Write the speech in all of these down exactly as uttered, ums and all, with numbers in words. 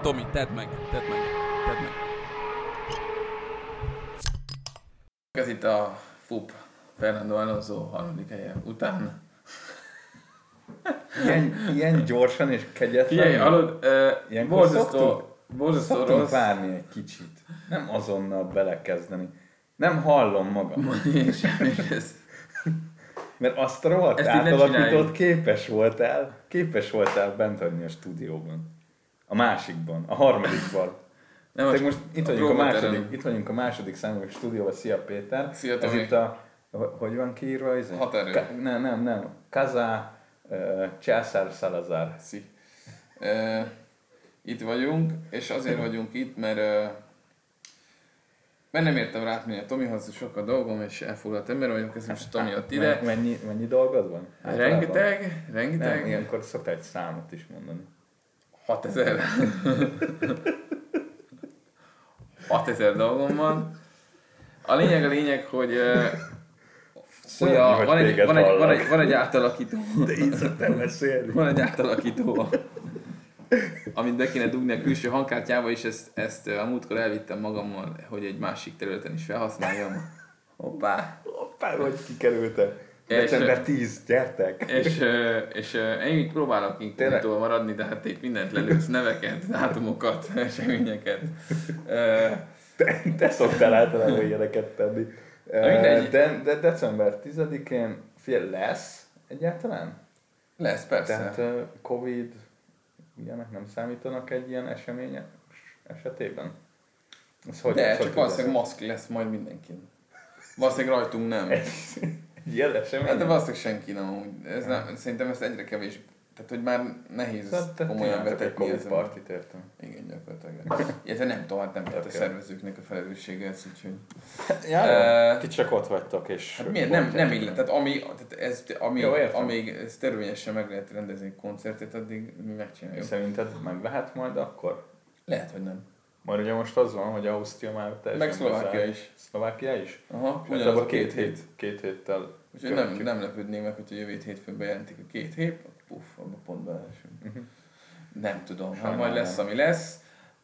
Tomi, tedd meg, tedd meg, tedd meg. Ez itt a ef u pé Fernando Alonso harmadik helye után. Ilyen, ilyen gyorsan és kegyetlen. Figyelj, hallod, uh, borzasztó, borzasztó szoktunk rossz. várni egy kicsit. Nem azonnal belekezdeni. Nem hallom magam. És, és ez... Mert azt a rohadt Ezt így ne átalakítót csináljuk. képes voltál, képes voltál bent hagyni a stúdióban. A másikban, a harmadikban. Nem, Tehát most itt vagyunk a, próbaterem. második, itt vagyunk a második számú stúdióban. Szia Péter! Szia, Ez Tomi. itt a, hogy van kiírva? Ez Haterő. Ka- nem, nem, nem. Kaza uh, Császár Salazar. Szi. Uh, itt vagyunk, és azért vagyunk itt, mert, uh, mert nem értem rá átmenni a Tomihoz, sok a dolgom, és elfoglalt ember vagyok, ez most Tomi ott ide. Men- Mennyi, mennyi dolgod van? Rengeteg, rengeteg. Nem, ilyenkor szoktál egy számot is mondani. hatezer. hatezer dolgom van. A lényeg a lényeg, hogy, uh, hogy a, hogy van, egy, téged van, egy, van, hallak. egy, van egy átalakító. De így szoktam beszélni. Van egy átalakító, amit be kéne dugni a külső hangkártyába, és ezt, ezt a múltkor elvittem magammal, hogy egy másik területen is felhasználjam. Hoppá! Hoppá, hogy kikerültek. És, december tíz, gyertek! És, ö, és ö, én itt próbálok Tényleg? inkognitól maradni, de hát itt mindent lelősz, neveket, dátumokat, eseményeket. Ö, Te, te szoktál általában ilyeneket tenni. mindegy. De, de december tizedikén fél lesz egyáltalán? Lesz, persze. Tehát uh, Covid, ilyenek nem számítanak egy ilyen esemény esetében? Ez hogy De hogy csak tud valószínűleg lesz? maszk lesz majd mindenkin. Valószínűleg rajtunk nem. Egy, egy ilyen esemény? Hát de valószínűleg senki nem. amúgy. Ez nem, szerintem ezt egyre kevés. Tehát, hogy már nehéz Tehát te komolyan csináltak egy betetni Covid ezen. partit, értem. Igen, gyakorlatilag. Illetve nem tudom, hát nem lehet a Oké. szervezőknek a felelőssége ez, úgyhogy... Ja, Eh, ti csak ott vagytok, és... Hát miért? Nem, nem illet. Tehát ami, tehát ez, ami, Jó, értem. amíg ez törvényesen meg lehet rendezni egy koncertet, addig mi megcsináljuk. Szerinted meg lehet majd akkor? Lehet, hogy nem. Majd ugye most az van, hogy Ausztria már teljesen Meg Szlovákia bezárt. is. Szlovákia is? Aha, És ugyanaz a a két hét. Két héttel Úgyhogy nem, követjük. nem lepődnék meg, hogyha jövő hétfőn bejelentik a két hét, puff, abba pont beleesünk. Uh-huh. Nem tudom, hát Sajnálom. majd lesz, ami lesz.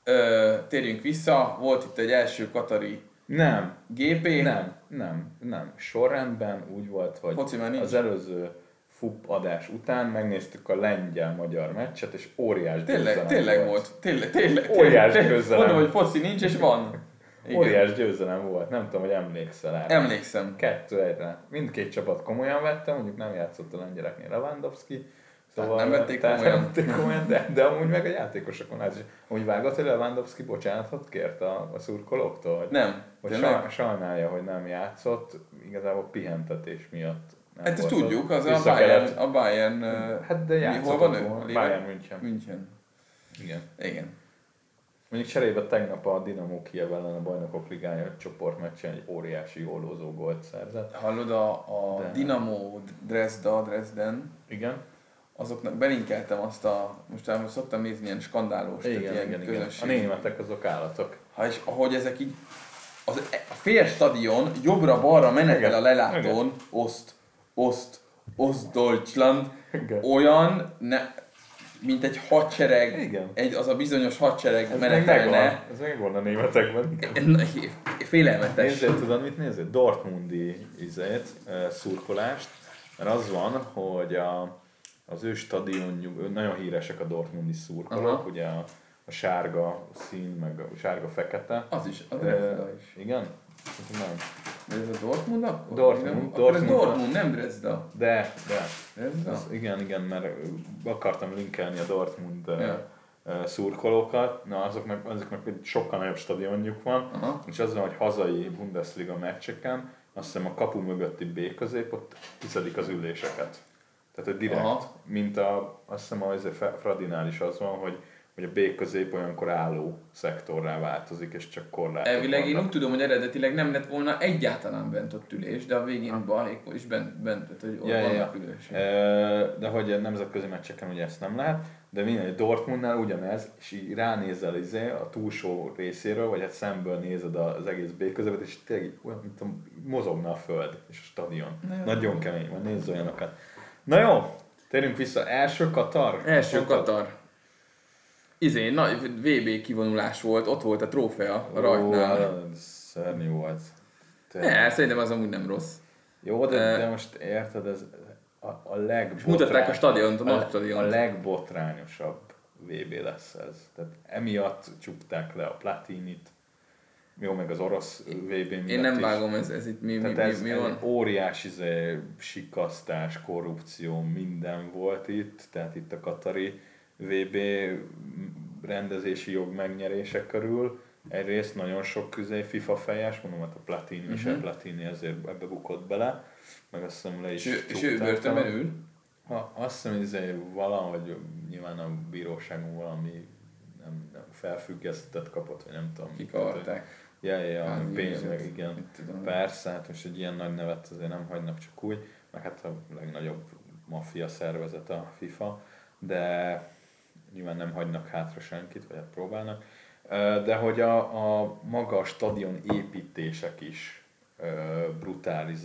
Ö, térjünk vissza, volt itt egy első katari Nem, gé pé. nem, nem, nem. Sorrendben úgy volt, hogy Foci már nincs. az előző ef u pé adás után megnéztük a lengyel-magyar meccset, és óriás Tényleg, győzelem tényleg volt. Tényleg, tényleg. Óriás tényleg. győzelem. Mondom, hogy foci nincs és van. Igen. Óriás győzelem volt, nem tudom, hogy emlékszel rá. Emlékszem. Kettő egyre. Mindkét csapat komolyan vette, mondjuk nem játszott a lengyeleknél Lewandowski. Szóval nem vették tehát komolyan. Nem vették komolyan, de, de amúgy meg a játékosokon át is. Amúgy vágott, hogy Lewandowski bocsánatot kért a, a szurkolóktól? Hogy, Nem. hogy Tényleg? saj, sajnálja, hogy nem játszott, igazából pihentetés miatt. Nem Hát ezt volt tudjuk, ott. az a Vissza Bayern, kellett- a Bayern... ö, Hát de mi- játszott. Hol van ő? volna. A Lever- Bayern München. München. Igen. Igen. Mondjuk cserébe tegnap a Dinamo Kiev ellen a Bajnokok Ligája csoportmeccsen egy óriási gólózó gólt szerzett. Hallod, a, a De- Dinamo Dresda, Dresden, Igen? azoknak belinkeltem azt a, most már szoktam nézni ilyen skandálós, Igen, tehát ilyen igen, igen. A közönség. németek azok állatok. Ha és ahogy ezek így, az, a fél stadion jobbra-balra menetel Igen, a lelátón, Ost, Ost, Ost Deutschland, Igen. olyan, ne, mint egy hadsereg, Igen. egy, az a bizonyos hadsereg Ez még megvan, menetelne. ez még van a németekben. Félelmetes. Nézzél, tudod mit nézzél? Dortmundi izét, eh, szurkolást, mert az van, hogy a, az ő stadionjuk, nagyon híresek a dortmundi szurkolók, Aha. ugye a, a sárga szín, meg a sárga-fekete. Az is, az Eh, Dresda is. igen? Nem. De ez a Dortmund akkor? Dortmund, Nem, Dortmund. Akkor ez Dortmund, nem Dresda. De, de. Dresda? Ez, igen, igen, mert akartam linkelni a Dortmund Ja. ja. szurkolókat, na azok meg, azoknak egy sokkal nagyobb stadionjuk van, Aha. és az van, hogy hazai Bundesliga meccseken, azt hiszem a kapu mögötti B közép, ott tiszedik az üléseket. Tehát, hogy direkt, Aha. mint a, azt hiszem a Fradinál is az van, hogy, hogy a B közép olyankor álló szektorrá változik, és csak korlátok Elvileg én vannak. úgy tudom, hogy eredetileg nem lett volna egyáltalán bent ott ülés, de a végén balhékon is bent, bent tehát, hogy ott Ja, ja, vannak ja. ülések. E, de hogy a nemzetközi meccseken ugye ezt nem lehet, de minden Dortmundnál ugyanez, és így ránézel izé, a túlsó részéről, vagy hát szemből nézed az egész B közepet, és tényleg így olyan, mint a, mozogna a föld és a stadion. Na jó. Nagyon kemény van, nézz olyanokat. Na jó, térjünk vissza. Első Katar? Első Mondtad? Katar. izé, nagy vé bé kivonulás volt, ott volt a trófea a rajtnál. Ó, szörnyű volt. Ne, szerintem az amúgy nem rossz. Jó, de, Eh, de most érted, ez a, a legbotrány... És mutatták a stadiont, a nagy a, stadiont. a legbotrányosabb vé bé lesz ez. Tehát emiatt csukták le a Platinit, jó, meg az orosz vé bé miatt Én nem is. vágom, ez, ez itt mi, mi, Tehát mi, ez, mi ez van? egy óriási izé, sikasztás, korrupció, minden volt itt, tehát itt a katari vé bé rendezési jog megnyerése körül. Egyrészt nagyon sok izé, FIFA fejes, mondom, hát a Platini is, Mhm. a Platini ezért ebbe bukott bele, meg azt hiszem le is És ő, és ő csukták. börtönben ül? Ha, azt hiszem, izé, valahogy nyilván a bíróságon valami nem, nem felfüggesztett kapott, vagy nem tudom. Kikavarták. Ja, ja, ja, Hány pénz, milliót? meg igen. Mit tudom. Persze, hát most egy ilyen nagy nevet azért nem hagynak csak úgy, meg hát a legnagyobb maffia szervezet a FIFA, de nyilván nem hagynak hátra senkit, vagy hát próbálnak. De hogy a, a maga a stadion építések is brutális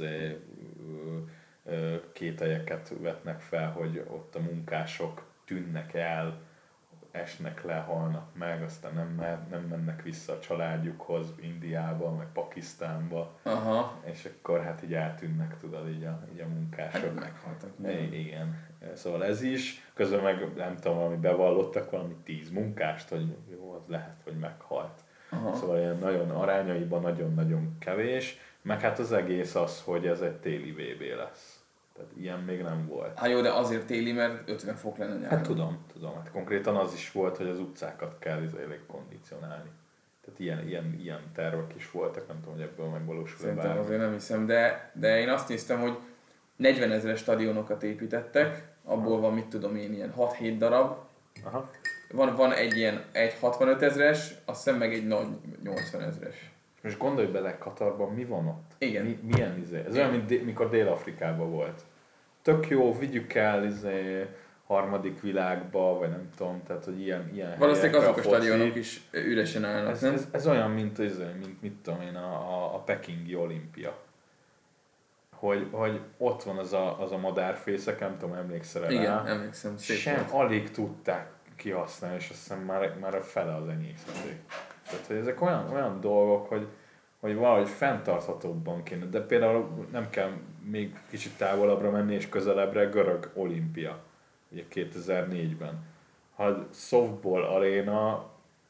kételyeket vetnek fel, hogy ott a munkások tűnnek el, esnek le, halnak meg, aztán nem, mehet, nem mennek vissza a családjukhoz Indiába, meg Pakisztánba, Aha. és akkor hát így eltűnnek, tudod, így a, így a munkások. Hát meghaltak. I- igen. Szóval ez is, közben meg nem tudom, valami bevallottak valami tíz munkást, hogy jó, az lehet, hogy meghalt. Aha. Szóval ilyen nagyon arányaiban nagyon-nagyon kevés, meg hát az egész az, hogy ez egy téli vé bé lesz. Tehát ilyen még nem volt. Hát jó, de azért téli, mert ötven fok lenne nyáron. Hát tudom, tudom. Hát konkrétan az is volt, hogy az utcákat kell izéleg kondicionálni. Tehát ilyen, ilyen, ilyen tervek is voltak, nem tudom, hogy ebből megvalósul-e Szerintem bármi. azért nem hiszem, de, de én azt néztem, hogy negyven ezeres stadionokat építettek, abból van, mit tudom én, ilyen hat-hét darab. Aha. Van, van egy ilyen egy hatvanöt ezeres, azt hiszem meg egy nagy nyolcvan ezeres. Most gondolj bele, Katarban mi van ott? Igen. Mi, milyen izé? Ez olyan, mint dé- mikor Dél-Afrikában volt. Tök jó, vigyük el izé, harmadik világba, vagy nem tudom, tehát hogy ilyen, ilyen Valószínűleg helyekre azok a foci. stadionok is üresen állnak, Ez, nem? ez, ez olyan, mint, izé, mint mit tudom én, a, a, a pekingi olimpia. Hogy, hogy ott van az a, az a madárfészek, nem tudom, emlékszel rá. Igen, emlékszem. Szép Sem volt. alig tudták kihasználni, és azt hiszem már, már a fele az enyészeték. Tehát, hogy ezek olyan, olyan dolgok, hogy, hogy valahogy fenntarthatóbban kéne. De például nem kell még kicsit távolabbra menni, és közelebbre görög olimpia, ugye kétezer-négyben. Ha softball aréna,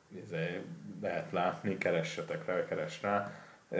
lehet látni, keressetek rá, keres rá,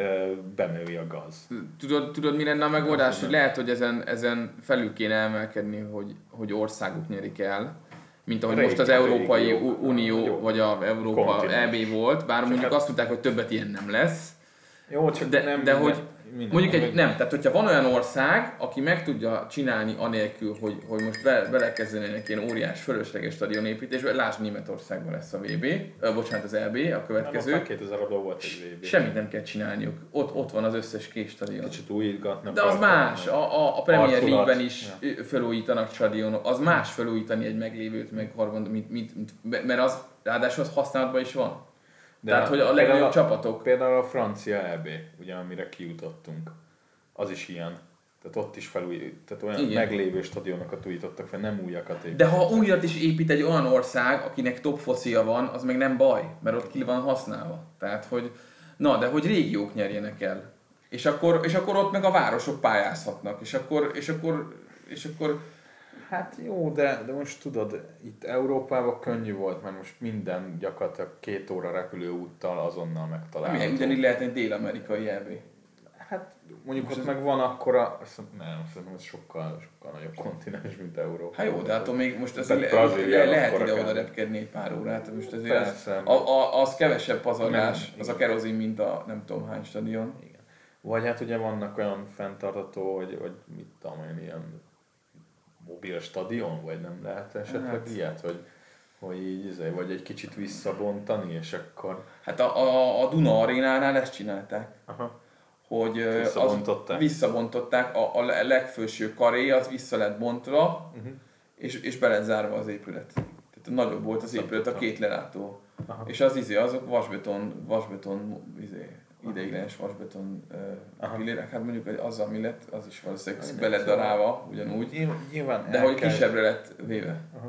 benői a gaz. Tudod, tudod, mi lenne a megoldás? Nem Hogy lehet, hogy ezen, ezen felül kéne emelkedni, hogy, hogy országok nyerik el. Mint ahogy Régi- most az Európai régiók, Unió, jó. vagy a Európa Kontinens. é bé volt, bár mondjuk hát- azt tudták, hogy többet ilyen nem lesz. Jó, csak De, nem de minden- hogy minden- mondjuk egy, hogy- nem, tehát hogyha van olyan ország, aki meg tudja csinálni anélkül, hogy, hogy most be, belekezdenének ilyen óriás fölösleges stadionépítésbe, lásd Németországban lesz a vé bé, ö, bocsánat az é bé, a Nem, ott következő, már kétezer-ban volt egy vé bé. semmit nem kell csinálniuk, ott, ott van az összes kés stadion. Kicsit újítgatnak. De az más, a, a, a Premier Arculat. League-ben is felújítanak stadionok, az más felújítani egy meglévőt, meg harmad, mint, mint, mint, mert az ráadásul az használatban is van. De Tehát, hogy a például legnagyobb csapatok. Például a francia é bé, ugye, amire kijutottunk, az is ilyen. Tehát ott is felúj, tehát olyan Igen. meglévő stadionokat újítottak fel, nem újakat építettek. De ha újat is épít egy olyan ország, akinek top focia van, az meg nem baj, mert ott ki van használva. Tehát, hogy na, de hogy régiók nyerjenek el. És akkor, és akkor ott meg a városok pályázhatnak. És akkor, és akkor, és akkor Hát jó, de, de most tudod, itt Európában könnyű volt, mert most minden gyakorlatilag két óra repülőúttal azonnal megtalálható. ugyanígy lehetne egy dél-amerikai é bé. Hát mondjuk Most ott ez- meg van akkora, azt mondom, nem, szerintem ez sokkal, sokkal nagyobb kontinens, mint Európa. Hát jó, de attól még most Tehát azért le, Brazília le, lehet akkora ide-oda kell. repkedni egy pár órát, most azért Persze. az, a, a, az kevesebb pazarlás, Nem, az a igen. kerozin, mint a nem tudom hány stadion. Igen. Vagy hát ugye vannak olyan fenntartató, hogy, hogy mit tudom én, ilyen mobil stadion, vagy nem lehet esetleg Hát. ilyet, hogy, hogy így, izé, vagy egy kicsit visszabontani, és akkor... Hát a, a, a Duna arénánál ezt csinálták. Aha. Hogy ö, Visszabontották? Az, visszabontották, a, a legfőső karé az vissza lett bontva, Uh-huh. és, és be lett zárva az épület. Tehát nagyobb volt az épület, a két lelátó. Aha. És az izé, azok vasbeton, vasbeton, izé, ideiglenes vasbeton Aha. uh, pillérek, hát mondjuk hogy azzal mi lett, az is valószínűleg Minden be lett szóval- darálva ugyanúgy, Nyilván de el hogy kell- kisebbre lett véve. Aha.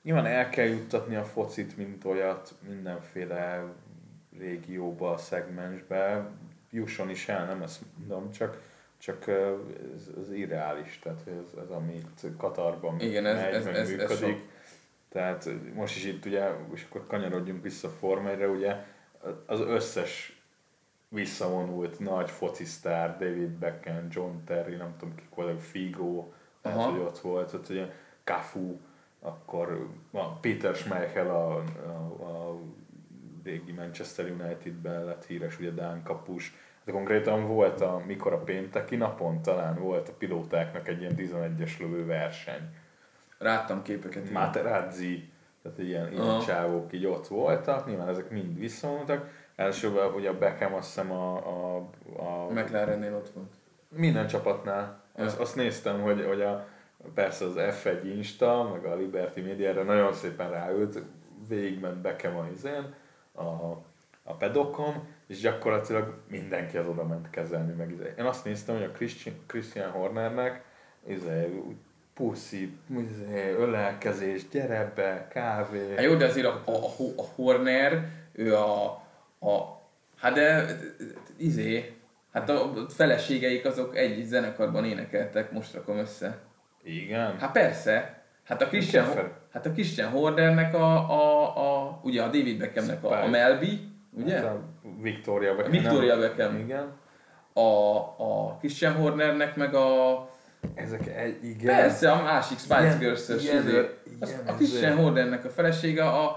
nyilván el kell juttatni a focit, mint olyat, mindenféle régióba, szegmensbe, jusson is el, nem ezt mondom, csak, csak ez, ez irreális, tehát ez, ez amit Katarban Igen, megy, ez, ez, meg ez, működik. ez sok. Tehát most is itt ugye, és akkor kanyarodjunk vissza Forma egyre, ugye az összes visszavonult nagy focisztár, David Beckham, John Terry, nem tudom kik voltak, Figo, lehet, hogy ott volt, ott ugye Cafu, akkor a Peter Schmeichel a, a, a régi Manchester United-ben lett híres, ugye Dán kapus. De konkrétan volt, a, mikor a pénteki napon talán volt a pilótáknak egy ilyen tizenegyes lövő verseny. Láttam képeket. Materazzi, tehát ilyen, ilyen csávók így ott voltak, nyilván ezek mind visszavonultak. Elsőben, hogy a Beckham azt hiszem a, a, a McLarennél ott volt. Minden csapatnál. Ja. Azt, azt néztem, hogy, hogy a, persze az ef egy Insta, meg a Liberty Media-re nagyon szépen ráült, végigment Beckham a izén, a, a pedokon, és gyakorlatilag mindenki az oda ment kezelni meg. Izé. Én azt néztem, hogy a Christian, Christian Hornernek izé, puszi, izé, ölelkezés, gyere be, kávé. Hát jó, de azért a, a, a Horner, ő a, a hát de izé, hát a feleségeik azok egy zenekarban énekeltek, most rakom össze. Igen? Hát persze. Hát a Christian, hát a Christian Hornernek a, a, a, ugye a David Beckhamnek a, a Melby, ugye? Hát a Victoria Beckham. A Victoria Beckham. Igen. A, a Christian Hornernek meg a... Ezek egy, igen. Persze, a másik Spice Girls-ös. Igen, izé. igen, A Christian Hornernek a felesége a...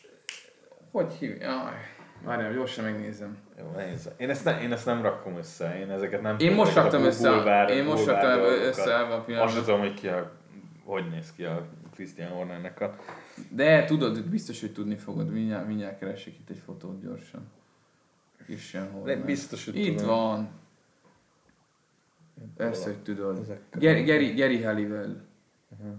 Hogy hívja? Várjál, gyorsan megnézem. Jó, nézze. Én ezt, ne, én ezt nem rakom össze, én ezeket nem Én most raktam össze, bulvár, én most raktam össze a Azt pillanatban. tudom, hogy ki a, hogy néz ki a Christian Hornernek a... De tudod, biztos, hogy tudni fogod, mindjárt, mindjárt keresik itt egy fotót gyorsan. Christian Horner. Biztos, hogy Itt tudom. van. Ezt, hogy tudod. Ezekkel Gary, Gary, Gary Halliwell. Uh-huh.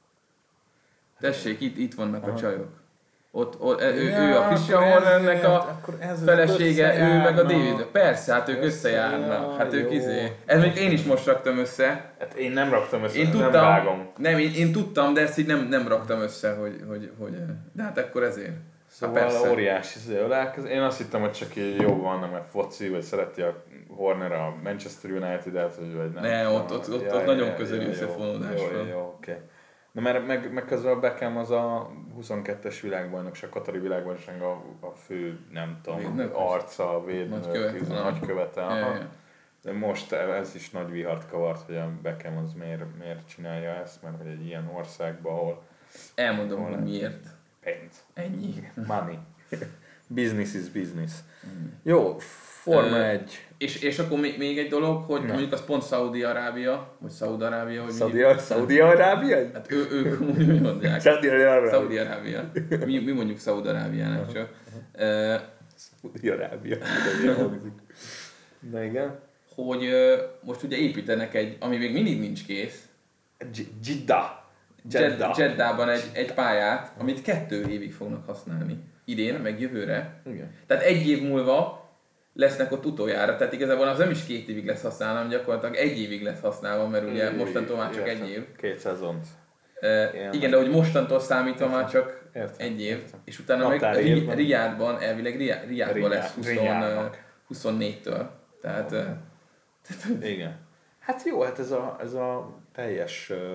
Tessék, itt, itt vannak a csajok. Ott, ott, ő, Ja, ő a Christian akkor Hornernek ezért, a akkor ezért felesége, ő meg a összejárnak. David. Persze, hát ők Összejár, összejárnak. Hát ők jó. izé. Ez mondjuk én is most raktam össze. Hát én nem raktam össze, Én nem tudtam, vágom. nem, én, én tudtam, de ezt így nem, nem raktam össze, hogy, hogy, hogy de hát akkor ezért. Szóval hát persze. óriási ölelkezés. Én azt hittem, hogy csak így jó van, mert foci, vagy szereti a Horner a Manchester United-et, vagy nem. Ne, ott, ott, ott, ott nagyon közeli jó, összefonódás jó, van. jó, jó, oké. Na mert meg, meg közben a Beckham az a huszonkettes világbajnokság, Katari világbajnokság a, a fő, nem tudom, Védnök? arca, védnök, Nagykövet, nagy nagykövete. Ja, Aha. ja. De most ez is nagy vihart kavart, hogy a Beckham az miért, miért csinálja ezt, mert hogy egy ilyen országban, ahol Elmondom, Hol hogy miért. pénz. Ennyi. Money. Business is business. Jó, Forma egy. És, és akkor még, még egy dolog, hogy Na. mondjuk az pont Szaudi-Arábia, vagy Szaúd-Arábia, hogy Szaudi- Szaudi-Arábia? Hát ő, ők úgy mondják. Szaudi-Arábia. Szaudi-Arábia. Mi, mi mondjuk Szaúd-Arábiának csak. Uh, Szaudi-Arábia. De hangzik. Na igen. hogy uh, most ugye építenek egy, ami még mindig nincs kész, J- Jeddah. Jeddah. Jeddában egy, egy pályát, amit kettő évig fognak használni. Idén, meg jövőre. Igen. Tehát egy év múlva lesznek ott utoljára, tehát igazából az nem is két évig lesz használva, hanem gyakorlatilag egy évig lesz használva, mert ugye mostantól már csak Értem. egy év. Két szezont. Uh, igen, de hogy mostantól számítva Értem. már csak Értem. egy év, Értem. és utána meg Naptári Ri- évben. Riádban, elvileg Ri- Riádban lesz Riá- húsz, Riádnak. huszonnégytől. Tehát uh, Igen. Hát jó, hát ez a, ez a teljes... Uh,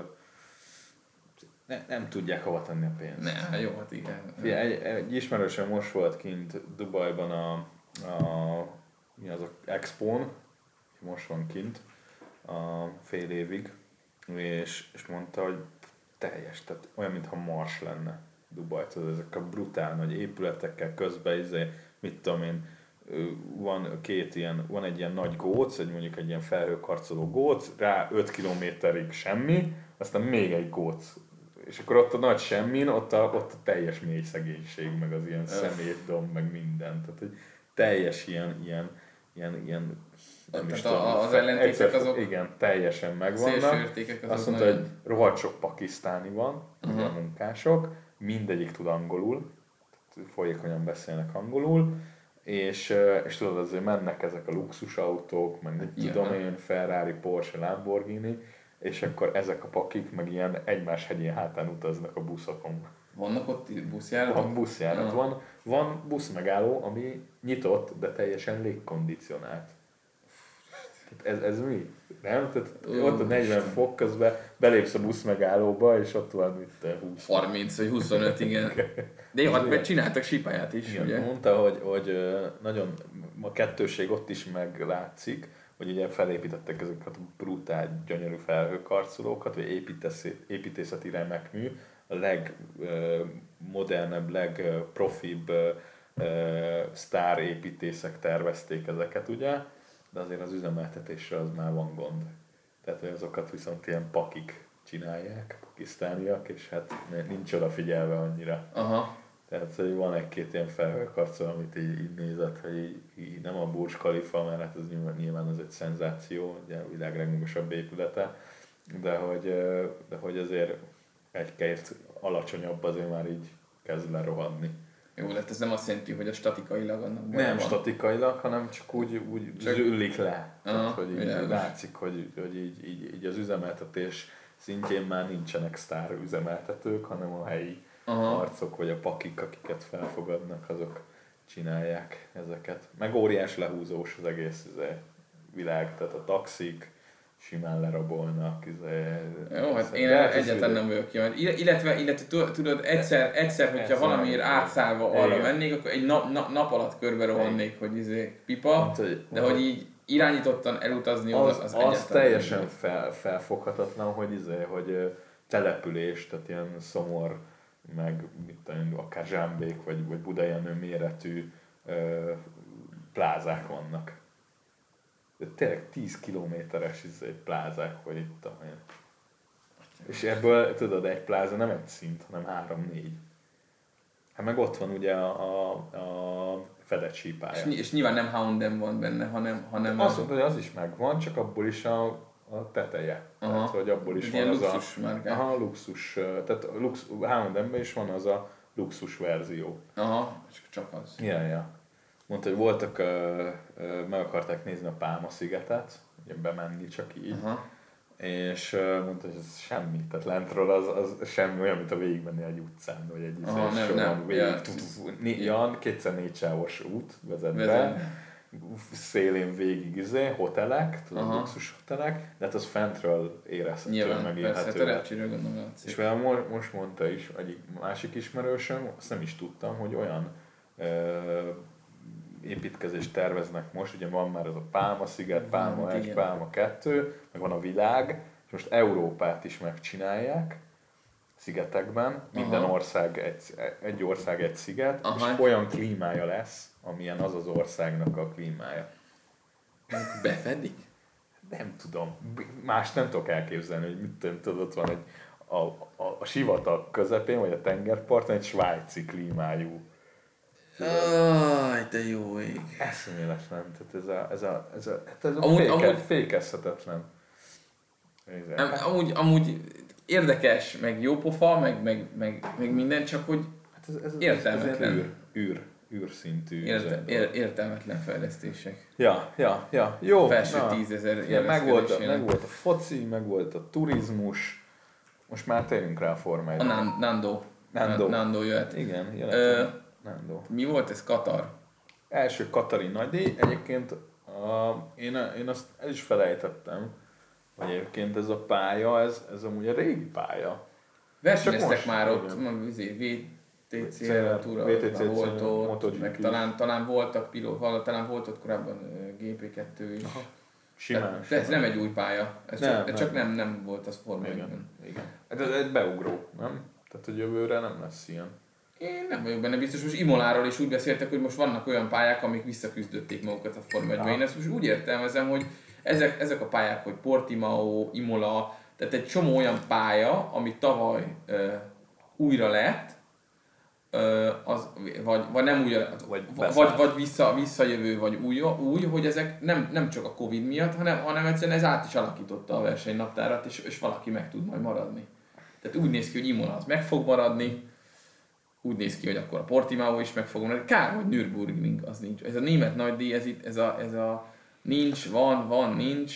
ne, nem tudják hova tenni a pénzt. ne, hát jó, hát igen. Figyelj, egy, egy ismerősöm most volt kint Dubajban a, a mi az a Expón, most van kint a fél évig, és, és mondta, hogy teljes, tehát olyan, mintha Mars lenne Dubaj, tudod, ezek a brutál nagy épületekkel közben, izé, mit tudom én, van két ilyen, van egy ilyen nagy góc, egy mondjuk egy ilyen felhőkarcoló góc, rá öt kilométerig semmi, aztán még egy góc. És akkor ott a nagy semmin, ott a, ott a teljes mély szegénység, meg az ilyen szemétdom, meg minden. Tehát egy teljes ilyen, ilyen, ilyen, ilyen nem Tehát is a- tudom, az fe- ellentétek egyszer- azok- igen, teljesen megvannak. Szélsőértékek azok Azt mondta, nagyon- hogy rohadt sok pakisztáni van, uh-huh. a munkások, mindegyik tud angolul, tehát folyékonyan beszélnek angolul, és, és tudod, azért mennek ezek a luxusautók, meg mit Igen. tudom én, Ferrari, Porsche, Lamborghini, és akkor ezek a pakik meg ilyen egymás hegyén hátán utaznak a buszokon. Vannak ott buszjáratok? Van buszjárat, Ah. van, van buszmegálló, ami nyitott, de teljesen légkondicionált. Ez, ez mi? Nem? Tehát Ó, ott a negyven Isten. fok, közben belépsz a buszmegállóba, és ott van itt húsz. harminc vagy huszonöt, igen. De jó, hát meg csináltak sípáját is, Igen, ugye? mondta, hogy, hogy ö, nagyon a kettőség ott is meglátszik, hogy ugye felépítettek ezeket a brutál, gyönyörű felhőkarcolókat, vagy építészeti, építészeti remekmű, a legmodernebb, legprofibb sztárépítészek tervezték ezeket, ugye? De azért az üzemeltetésre az már van gond. Tehát, hogy azokat viszont ilyen pakik csinálják, pakisztániak, és hát nincs odafigyelve annyira. Aha. Tehát, hogy van egy-két ilyen felhőkarcol, amit így, így nézett, hogy így, így nem a Burj Khalifa, mert hát ez nyilván, nyilván az egy szenzáció, ugye a világ legmagasabb épülete, de hogy, de hogy azért egy-két alacsonyabb azért már így kezd lerohadni. Jó, hát ez nem azt jelenti, hogy a statikailag annak baja Nem van. statikailag, hanem csak úgy, úgy Csak- züllik le. Aha, Tehát, hogy így világos. látszik, hogy, hogy így, így, így az üzemeltetés szintjén már nincsenek sztár üzemeltetők, hanem a helyi Aha. arcok vagy a pakik, akiket felfogadnak, azok csinálják ezeket. Meg óriás lehúzós az egész izé, világ, tehát a taxik simán lerabolnak. Izé, Jó, hát én de hát ez egyáltalán ide- nem vagyok kíváncsi. Ill- Illetve, illetve tu- tudod, egyszer, egyszer hogyha Egyszer valamiért nem. átszállva arra Igen. mennék, akkor egy nap, nap, nap alatt körbe rohannék, hogy izé pipa, Mint, hogy- de hogy így irányítottan elutazni oda, az, az, az, egyáltalán az teljesen nem. fel, felfoghatatlan, hogy, izé, hogy ö, település, tehát ilyen Szomor, meg mit tudom, akár Zsámbék, vagy, vagy Budajenő méretű ö, plázák vannak. De tényleg tíz kilométeres izé, plázák, vagy itt tudom én. És ebből, tudod, egy pláza nem egy szint, hanem három-négy. Hát meg ott van ugye a, a, a fedett És, sípálya. ny- és nyilván nem Houndem van benne, hanem, hanem Azt a- mondta, hogy az is megvan, csak abból is a, a teteje. Aha. Tehát, hogy abból is ilyen van az a... luxus márkák. Aha, luxus. Tehát a lux, há és em-ben is van az a luxus verzió. Aha, csak- csak az. Ja, ja. Mondta, hogy voltak, ö, ö, meg akarták nézni a Pálma-szigetet, ugye bemenni csak így, Aha. és ö, mondta, hogy ez semmi, tehát lentről az, az semmi, olyan, mint a végigmenni egy utcán, vagy egy Aha, izé nem, soron nem, végig, ja. tu- tu- tu- né- ja, kétszer négy sávos út vezet be, Vezet. szélén végig izé, hotelek, tudod, Aha. luxus hotelek, de hát az fentről érezhető, Nyilván, meg persze, hát a élhető. repcsiről gondolom látszik. És mivel mo- most mondta is, egyik másik ismerősöm, azt nem is tudtam, hogy olyan ö, építkezést terveznek most, ugye van már az a Pálma-sziget, Pálma Van, egy, igen. Pálma kettő, meg van a világ, és most Európát is megcsinálják, szigetekben, minden Aha. ország egy, egy ország egy sziget, Aha. és olyan klímája lesz, amilyen az az országnak a klímája. Befedik? Nem tudom, más nem tudok elképzelni, hogy mit tudom, tudod, ott van egy, a, a, a sivatag közepén, vagy a tengerparton egy svájci klímájú. Aj, de jó ég. Eszméletlen, tehát ez a, ez a, ez a, hát ez a Amúgy- féke, amúgy- fékezhetetlen. Nézd el. Am- Amúgy, amúgy érdekes, meg jó pofa, meg, meg, meg, meg minden, csak hogy Hát ez, ez, ez, értelmetlen. Ez űr, űr, űrszintű. érte, ez a ér, dolog. értelmetlen fejlesztések. Ja, ja, ja, jó. Felső na. tízezer Igen, meg volt, a, élvezkedésének. meg volt a foci, meg volt a turizmus. Most már térjünk rá a Forma A egyre. Nan- Nando. Nando. Nando jöhet. Igen, Ö, jön Nando. Mi volt ez? Katar? Első Katari nagydíj. Egyébként a, én, én azt el is felejtettem, hogy egyébként ez a pálya, ez, ez amúgy a régi pálya. Versenyeztek most, már ott, igen. ma, izé, vé té cé Cél- túra, vé té cé volt cél, ott, MotoGP meg is. talán, talán voltak pilót, talán volt ott korábban ö, gé pé kettő is. Aha. Simán. Tehát, de ez nem egy új pálya, ez Nem, csak, nem. csak nem, nem volt az Forma Igen, egyben. igen. Hát ez egy beugró, nem? Tehát, hogy jövőre nem lesz ilyen. Én nem vagyok benne biztos, most Imoláról is úgy beszéltek, hogy most vannak olyan pályák, amik visszaküzdötték magukat a Forma egyben. Aha. Én ezt most úgy értelmezem, hogy ezek, ezek a pályák, hogy Portimao, Imola, tehát egy csomó olyan pálya, ami tavaly ö, újra lett, ö, az, vagy, vagy nem újra lett, Vagy vagy, beszállt. vagy vissza, visszajövő, vagy új, új, hogy ezek nem, nem csak a Covid miatt, hanem, hanem egyszerűen ez át is alakította a versenynaptárat, és, és valaki meg tud majd maradni. Tehát úgy néz ki, hogy Imola az meg fog maradni, úgy néz ki, hogy akkor a Portimao is meg fog maradni. Kár, hogy Nürburgring az nincs. Ez a német nagydíj, ez itt, ez a, ez a nincs, van, van, nincs.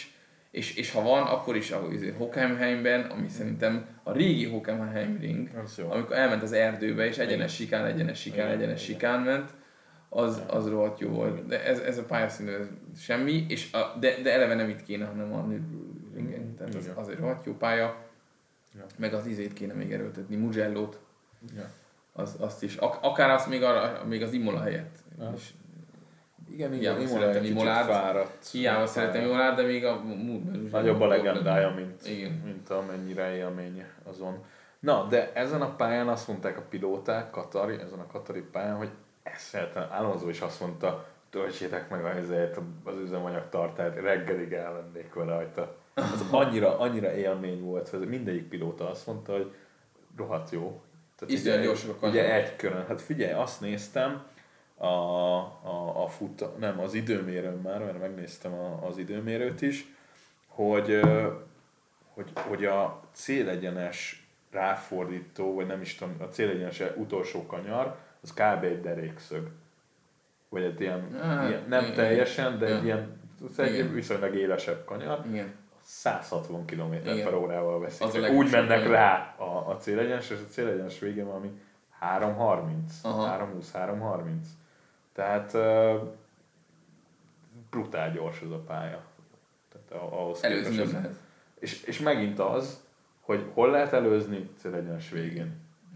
És, és ha van, akkor is a Hockenheimben, ami szerintem a régi Hockenheim ring, amikor elment az erdőbe, és egyenes sikán, egyenes sikán, egyenes sikán ment, az, az rohadt jó volt. De ez, ez a pályaszínű semmi, és a, de, de eleve nem itt kéne, hanem a Nürburgringen. Tehát az, az egy rohadt jó pálya. Ja. Meg az izét kéne még erőltetni, Mugello-t. Ja. Az, azt is. Ak- akár azt még, arra, még az Imola helyett. Ja. És igen, igen, Imola egy kicsit fáradt. Hiába szeretem Imolát, de még a... Nagyobb a legendája, mint, mint amennyire élmény azon. Na, de ezen a pályán azt mondták a pilóták, Katari, ezen a Katari pályán, hogy eszelten, Alonso is azt mondta, töltsétek meg azért az üzemanyagtartályt, reggelig elmennék vele rajta. Az annyira, annyira élmény volt, hogy mindegyik pilóta azt mondta, hogy rohadt jó. Iszonyat gyorsak a ugye egy körön. Hát figyelj, azt néztem, a, a, a fut, nem, az időmérőn már, mert megnéztem a, az időmérőt is, hogy, hogy, hogy a célegyenes ráfordító, vagy nem is tudom, a célegyenes utolsó kanyar, az kb. Egy derékszög. Vagy egy ilyen, ah, ilyen nem igen, teljesen, de igen. egy ilyen egy viszonylag élesebb kanyar. Igen. száz hatvan kilométer per órával veszik. Úgy mennek rá a, a célegyenes, és a célegyenes végén valami három harminc, három húsz, három harminc. Tehát uh, brutál gyors az a pálya. Tehát ahhoz előzni nem lehet. És, és megint az, hogy hol lehet előzni célegyenes végén.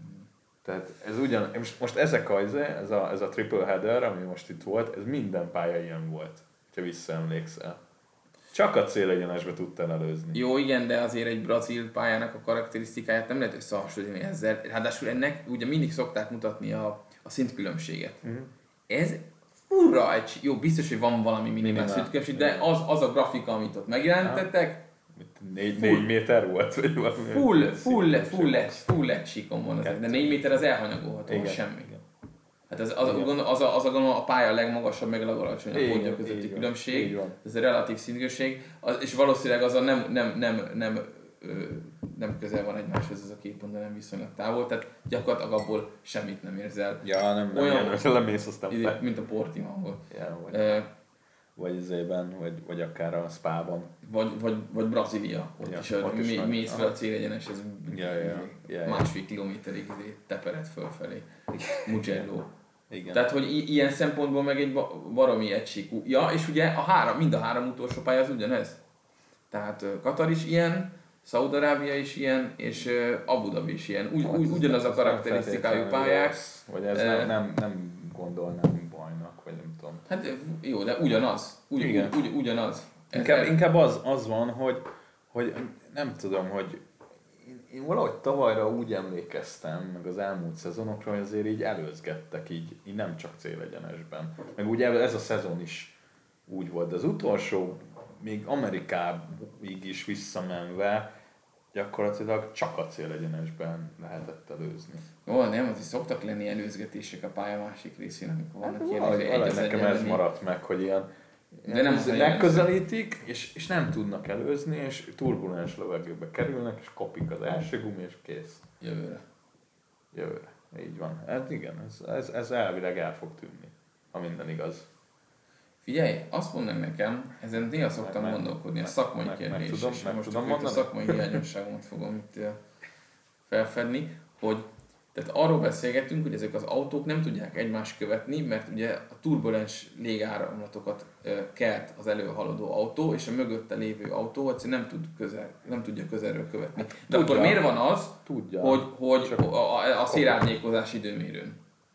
Tehát ez ugyan, most, most ezek a, ez a, ez a triple header, ami most itt volt, ez minden pálya ilyen volt, ha visszaemlékszel. Csak a célegyenesbe tudtál előzni. Jó, igen, de azért egy brazil pályának a karakterisztikáját nem lehet összehasonlítani ezzel. Ráadásul ennek ugye mindig szokták mutatni a, a szintkülönbséget. Uh-huh. Ez furra egy, jó, biztos, hogy van valami minimál szintkülönbség, de az, az a grafika, amit ott megjelentettek, négy, négy méter volt? Vagy valami full, full, full, full egy síkon van az, de négy méter az elhanyagolható, igen, semmi. Igen. Hát az, az, az, az, a, az a, a pálya legmagasabb, meg a legalacsonyabb pontja közötti van, különbség, ez a relatív szintgőség, és valószínűleg az a nem, nem, nem, nem, nem közel van egymáshoz ez a két pont, de nem viszonylag távol, tehát gyakorlatilag abból semmit nem érzel. Ja, nem, nem olyan, ilyen, lemész aztán fel. Mint a Portimao-ból. Ja, vagy, uh, vagy ezében, vagy, vagy akár a Spában. Vagy, vagy, vagy Brazília, ott ja, is, ott is mé, mész fel a célegyenes, ez ja, ja, ja, másfél kilométerig tepered fölfelé. Mugello. Igen. Tehát, hogy i- ilyen szempontból meg egy baromi egysíkú. Ja, és ugye a három, mind a három utolsó pálya az ugyanez. Tehát Katar is ilyen, Szaúd-Arábia is ilyen, és Abu Dhabi is ilyen. Ugy, hát ugy, ugyanaz a karakterisztikájú pályák. Vagy ez nem, nem, nem gondolnám bajnak, vagy nem tudom. Hát jó, de ugyanaz. Ugy, ugy, ugy, ugyanaz. Inkább, inkább az, az van, hogy, hogy nem tudom, hogy én valahogy tavalyra úgy emlékeztem, meg az elmúlt szezonokra, hogy azért így előzgettek, így, így nem csak célegyenesben. Meg ugye ez a szezon is úgy volt, de az utolsó, még Amerikáig is visszamenve, gyakorlatilag csak a célegyenesben lehetett előzni. Jó, nem, azért szoktak lenni előzgetések a pálya másik részén, amikor vannak hát, ilyen... Valahogy, valahogy nekem ez lenni. Maradt meg, hogy ilyen de nem megközelítik, és, és nem tudnak előzni, és turbulens levegőbe kerülnek, és kopik az első gumi, és kész. Jövőre. Jövőre. Így van. Hát igen, ez, ez, ez elvileg el fog tűnni, ha minden igaz. Figyelj, azt mondd nekem, ezen néha szoktam meg, gondolkodni, meg, a szakmai meg, kérdés, meg tudom, és meg most tudom itt a szakmai hiányosságomat fogom itt felfedni, hogy tehát arról beszélgetünk, hogy ezek az autók nem tudják egymást követni, mert ugye a turbulens légáramlatokat kelt az előhaladó autó, és a mögötte lévő autó egyszerűen nem, tud közel, nem tudja közelről követni. De tudja, akkor miért van az, tudja, hogy, hogy a, a, a szélárnyékozás időmérőn?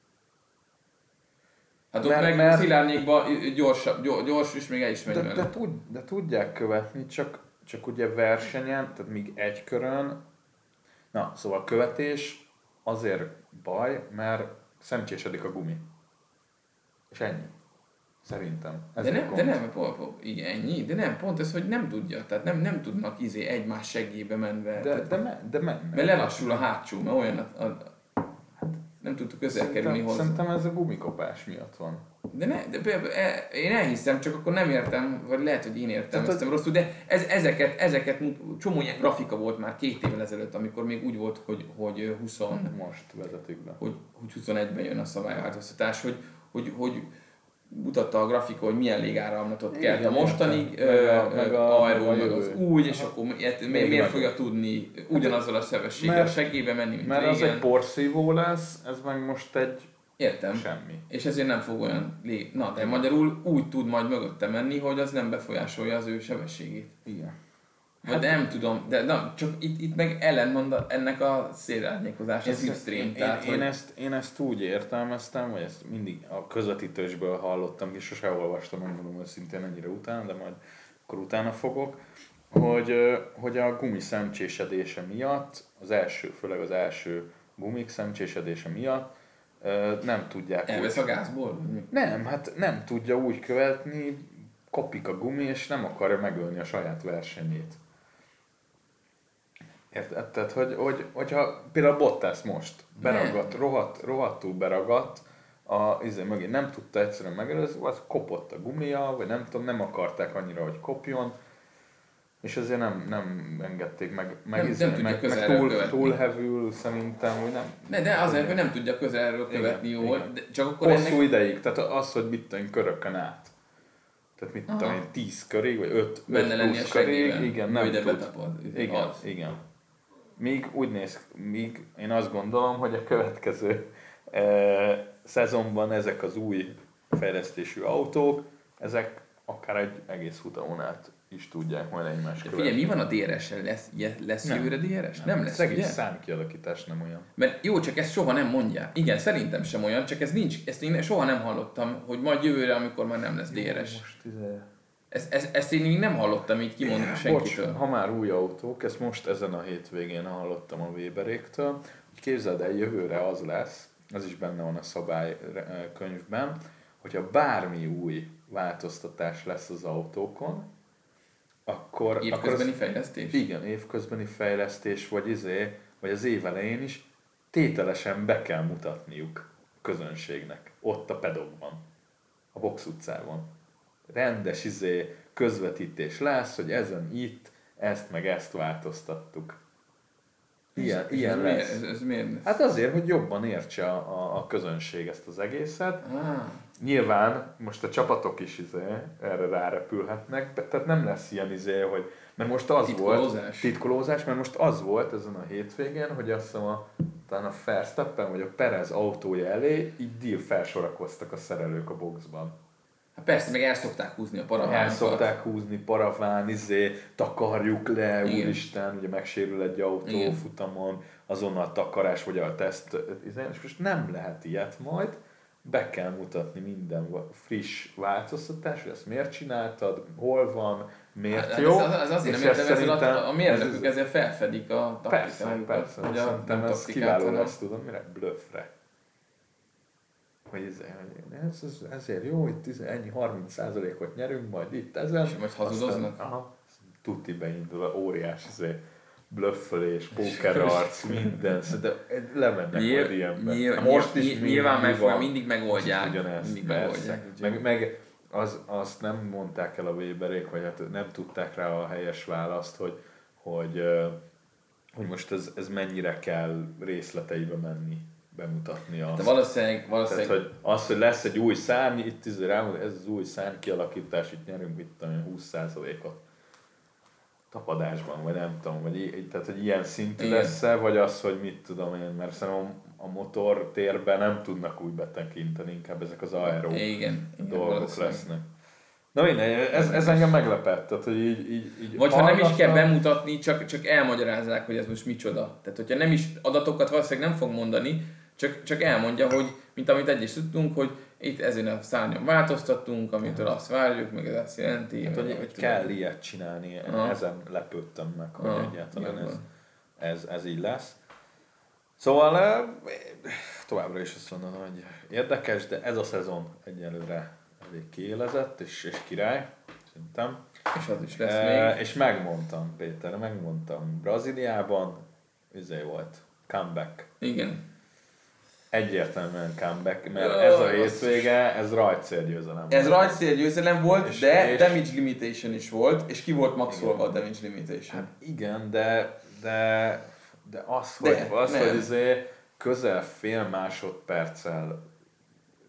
Hát ott mert, meg mert, szilárnyékban gyors, gyors és még el is megy de, de, tud, de tudják követni, csak, csak ugye versenyen, tehát még egy körön, na szóval követés, azért baj, mert szemcsésedik a gumi. És ennyi. Szerintem. De nem, de nem, igen, ennyi, de nem, pont ez, hogy nem tudja, tehát nem, nem tudnak izé egymás segélybe menve. De, de, me, de mennek. Mert lelassul a hátsó, mert olyan, a, a, hát nem tudtuk közel kerülni hozzá. Szerintem ez a gumikopás miatt van. De, ne, de én elhiszem, csak akkor nem értem, vagy lehet, hogy én értelmeztem rosszul, de ez, ezeket, ezeket, csomó ilyen grafika volt már két évvel ezelőtt, amikor még úgy volt, hogy, hogy húsz most vezetik be. Hogy, hogy huszonegyben jön a szabályváltoztatás, hogy, hogy, hogy mutatta a grafikon, hogy milyen légáramlatot Igen, kelt a mostani meg a- meg a- aeró, meg a meg az jövő. új, és Aha. akkor miért, Még miért meg- fogja tudni ugyanazzal a sebességgel Mert- a segélybe menni, mint Mert az régen. egy porszívó lesz, ez meg most egy Értem. semmi. És ezért nem fog olyan lé... Na, de magyarul úgy tud majd mögötte menni, hogy az nem befolyásolja az ő sebességét. Igen. Vagy hát, nem tudom, de na, csak itt, itt meg ellentmond a- ennek a szélárnyékozás, a slipstream. Én, Tehát, én, hogy... én, ezt, én ezt úgy értelmeztem, vagy ezt mindig a közvetítősből hallottam, és sose olvastam, megmondom őszintén ennyire utána, de majd akkor utána fogok, hogy, ö, hogy a gumi szemcsésedése miatt, az első, főleg az első gumik szemcsésedése miatt ö, nem tudják Elvesz úgy, a gázból? nem, hát nem tudja úgy követni, kopik a gumi, és nem akarja megölni a saját versenyét. Érted? Tehát, hogy, hogy, hogyha például Bottas most beragadt, rohadt, rohadtul beragadt, a, izé mögé nem tudta egyszerűen megelőzni, az kopott a gumia, vagy nem tudom, nem akarták annyira, hogy kopjon, és ezért nem, nem engedték meg, meg, Nem- izé, nem tudja meg, meg közelről túl, követni. túlhevül szerintem, hogy nem. Ne, de azért, hogy nem tudja közelről Igen, követni jól, igen. de csak akkor Hosszú ennek... ideig, tehát az, hogy mit tudom én, körökön át. Tehát mit tudom én, tíz körig, vagy öt, Benne öt lenni a plusz körig, segélyben, igen, hogy nem ide tud. betapad. Igen, Az. igen. Míg úgy néz, míg én azt gondolom, hogy a következő eh, szezonban ezek az új fejlesztésű autók, ezek akár egy egész futamon át is tudják majd egymást De követni. figyelj, mi van a dé er es-sel? Lesz, je- lesz Nem. jövőre dé er es? Nem, lesz, Az egész ugye? számkialakítás nem olyan. Mert jó, csak ezt soha nem mondják. Igen, szerintem sem olyan, csak ez nincs, ezt én soha nem hallottam, hogy majd jövőre, amikor már nem lesz dé er es. Most izé... Ezt, ezt, ezt én még nem hallottam így kimondani senkitől. Bocs, ha már új autók, ezt most ezen a hétvégén hallottam a Weberéktől, hogy képzeld el, jövőre az lesz, az is benne van a szabálykönyvben, hogyha bármi új változtatás lesz az autókon, akkor... Évközbeni akkor az, fejlesztés? igen, évközbeni fejlesztés, vagy izé, vagy az év elején is tételesen be kell mutatniuk a közönségnek, ott a pedokban, a Box utcában. Rendes izé, közvetítés lesz, hogy ezen itt ezt meg ezt változtattuk. Ilyen, És ilyen ez lesz. Miért, ez, ez miért lesz? Hát azért, hogy jobban értse a, a, a közönség ezt az egészet. Ah, Nyilván most a csapatok is izé, erre rárepülhetnek, de- tehát nem lesz ilyen izé, hogy mert most az Titkolózás. volt titkolózás, mert most az volt ezen a hétvégén, hogy azt hiszem a, talán a Verstappen vagy a Perez autója elé így deal felsorakoztak a szerelők a boxban. hát persze, meg el szokták húzni a paravánokat. El szokták húzni, paraván, izé, takarjuk le, Igen. úristen, ugye megsérül egy autó Igen. futamon, azonnal takarás, vagy a teszt, izé, és most nem lehet ilyet majd, be kell mutatni minden va- friss változtatás, hogy ezt miért csináltad, hol van, miért Hát jó. ez, az, az azért és nem ezt értem, ezzel szerintem- a, a mérnökük ez- ezzel felfedik a Persze, taktikájukat. persze, Hogy a, szerintem nem ez taktikát, kiváló hanem- lesz, tudod, mire? Blöffre. Hogy ez, ez, ez, ezért jó, itt izé ennyi harminc százalékot nyerünk, majd itt ezen. És majd hazudoznak? Aztán, aha, tuti beindul a óriás izé, blöffölés, pókerarc, minden, de lemennek Nyilv- majd ilyenbe. nyilv- Most is nyilv- mi- nyilván mi meg, van? mindig megoldják. Ugyanezt, mindig persze. megoldják. Meg, meg az, azt nem mondták el a Weberék, vagy hát nem tudták rá a helyes választ, hogy, hogy, ö, hogy most ez, ez mennyire kell részleteibe menni, bemutatni azt. De valószínűleg, valószínűleg Tehát, hogy az, hogy lesz egy új szárny, itt izé rámond, ez az új szárny kialakítás, itt nyerünk, mit tudom én, húsz százalékot tapadásban, vagy nem tudom, vagy í- tehát, hogy ilyen szintű Igen. lesz-e, vagy az, hogy mit tudom én, mert szerintem a motor térben nem tudnak úgy betekinteni, inkább ezek az aero igen, igen, dolgok valószínűleg. lesznek. Na mindegy, ez, ez engem meglepett, tehát, hogy így, így, így Vagy ha nem is kell hallgattam- bemutatni, csak, csak elmagyarázzák, hogy ez most micsoda. Tehát, hogyha nem is adatokat valószínűleg nem fog mondani, csak, csak elmondja, hogy mint amit egy is tudtunk, hogy itt ezen a szárnyon változtattunk, amitől azt várjuk, meg ez azt jelenti. Hát, meg hogy, mit hogy tudom. kell ilyet csinálni, Aha. ezen lepődtem meg, hogy Aha, egyáltalán ez, jobban. ez, ez így lesz. Szóval eh, továbbra is azt mondom, hogy érdekes, de ez a szezon egyelőre elég kiélezett és, és király, szerintem. És az is lesz E, még. és megmondtam, Péter, megmondtam, Brazíliában izé volt, comeback. Igen. Egyértelműen comeback, mert Jaj, ez a basszus. hétvége, ez rajtszélgyőzelem. Ez rajtszél győzelem volt, És- de és- damage limitation is volt, és ki volt maxolva a damage limitation. Hát igen, de, de, de az, De, hogy, az, nem. hogy izé közel fél másodperccel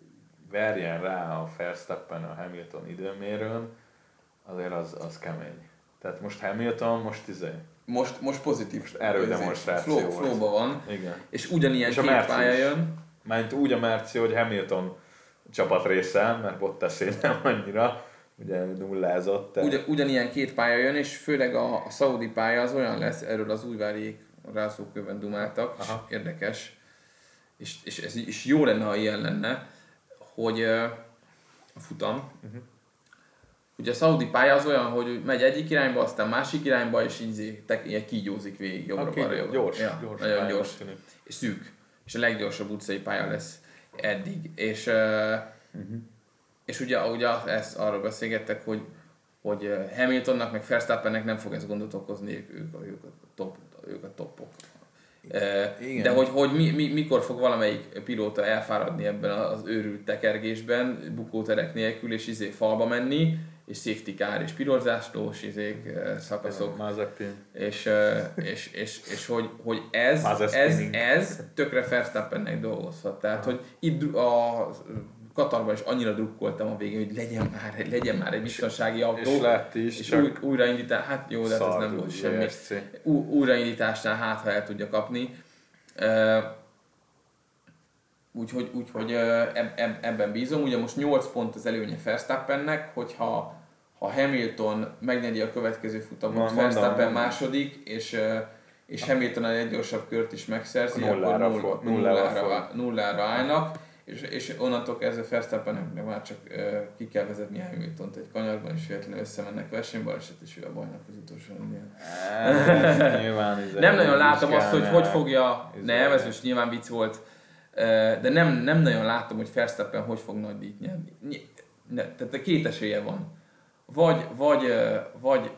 verjen rá a Verstappen a Hamilton időmérőn, azért az, az kemény. Tehát most Hamilton, most izé. Most, most pozitív. Most erődemonstráció flow, flowba van. Igen. És ugyanilyen és két pálya jön. Mert úgy a Merci, hogy Hamilton csapat része, mert Bottasé nem annyira, ugye nullázott. Tehát... Ugyan, ugyanilyen két pálya jön, és főleg a, a szaudi pálya az olyan lesz, erről az újváriék rázókőben dumáltak, és érdekes, és, és ez is jó lenne, ha ilyen lenne, hogy uh, a futam, uh-huh. ugye a szaudi pálya az olyan, hogy megy egyik irányba, aztán másik irányba, és így ilyen kígyózik végig jobbra-balra. Okay, gyors, ja, gyors, nagyon gyors, és szűk, és a leggyorsabb utcai pálya lesz eddig. És, uh, uh-huh. és ugye, ugye ezt arról beszélgettek, hogy, hogy Hamiltonnak, meg Verstappennek nem fog ez gondot okozni, ők, ők, ők, a, top, ők a topok. Igen. De hogy, hogy mi, mi, mikor fog valamelyik pilóta elfáradni ebben az őrült tekergésben, bukóterek nélkül, és izé falba menni, és safety car, és pilotzáslós izék, szakaszok. És, és, és, és hogy, hogy ez, ez, ez tökre Verstappennek dolgozhat. Tehát, hogy itt a Katarban is annyira drukkoltam a végén, hogy legyen már, legyen már egy biztonsági autó. És lett is. És új, újraindítás, hát jó, de ez nem volt semmi. Ú, újraindításnál hát, ha el tudja kapni. Uh, úgyhogy úgyhogy eb, eb, ebben bízom. Ugye most nyolc pont az előnye Verstappennek, hogyha ha Hamilton megnyeri a következő futamot, Verstappen második, és, és Hamilton a leggyorsabb kört is megszerzi, nullára, akkor null, nullára, nullára, nullára állnak. És, és onnantól kezdve Verstappennek már csak uh, ki kell vezetni Hamiltont egy kanyarban, és véletlenül összemennek versenybaleset, és ő a bajnak az utolsó Nem nagyon látom azt, hogy hogy fogja, nem, ez most nyilván vicc volt, uh, de nem, nem nagyon látom, hogy Verstappen hogy fog nagy díjt nyerni. Ne, tehát két esélye van. Vagy, vagy, uh, vagy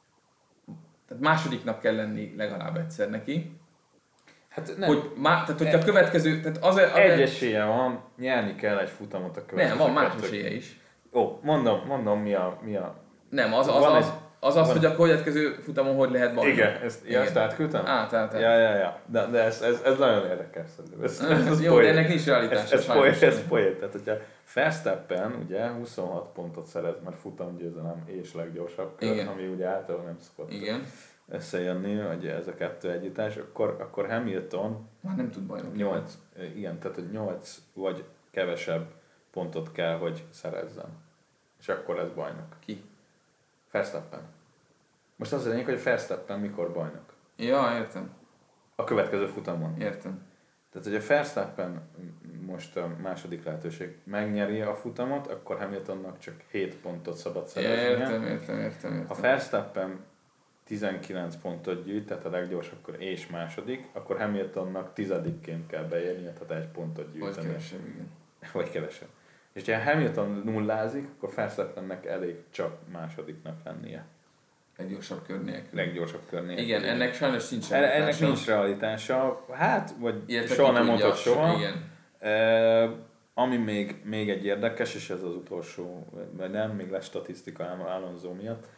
tehát másodiknak kell lenni legalább egyszer neki. Hát nem. Hogy má, tehát, hogy a következő... Tehát az, az egy esélye van, nyerni kell egy futamot a következő. Nem, van más esélye is. Ó, mondom, mondom mi a... Mi a... Nem, az az, az, az, az, az hogy a következő futamon hogy lehet bajnok. Igen, ezt, ja, ezt átküldtem? Át, át, át. Ja, ja, ja. De, de ez, ez, ez nagyon érdekes szerintem. Ez, ez, ez jó, poén. De ennek nincs realitás. Ez, ez, poén, ez poén. Tehát, hogyha Verstappen ugye huszonhat pontot szerez, mert futamgyőzelem és leggyorsabb kör, ami ugye általában nem szokott. Igen. Összejönni, hogy ez a kettő együttás, akkor, akkor Hamilton már nem tud bajnok. nyolc, igen, tehát hogy nyolc vagy kevesebb pontot kell, hogy szerezzen. És akkor lesz bajnok. Ki? Verstappen. Most az a lényeg, hogy Verstappen mikor bajnok. Ja, értem. A következő futamon. Értem. Tehát, hogy a Verstappen most a második lehetőség megnyeri a futamot, akkor Hamiltonnak csak hét pontot szabad szereznie. Ja, értem, értem, értem, értem. Ha Verstappen tizenkilenc pontot gyűjt, tehát a leggyorsabb kör és második, akkor Hamiltonnak tizedikként kell beérnie, tehát egy pontot gyűjteni. Vagy kevesebb, igen. Vagy kevesebb. És ha Hamilton nullázik, akkor Verstappennek elég csak másodiknak lennie. Leggyorsabb kör nélkül. Leggyorsabb kör nélkül. Igen, ennek sajnos nincs realitása. Ennek nincs realitása. Hát, vagy Illetve soha nem mondhat tudja, soha. Igen. E, ami még, még egy érdekes, és ez az utolsó, vagy nem, még lesz statisztika Alonso miatt,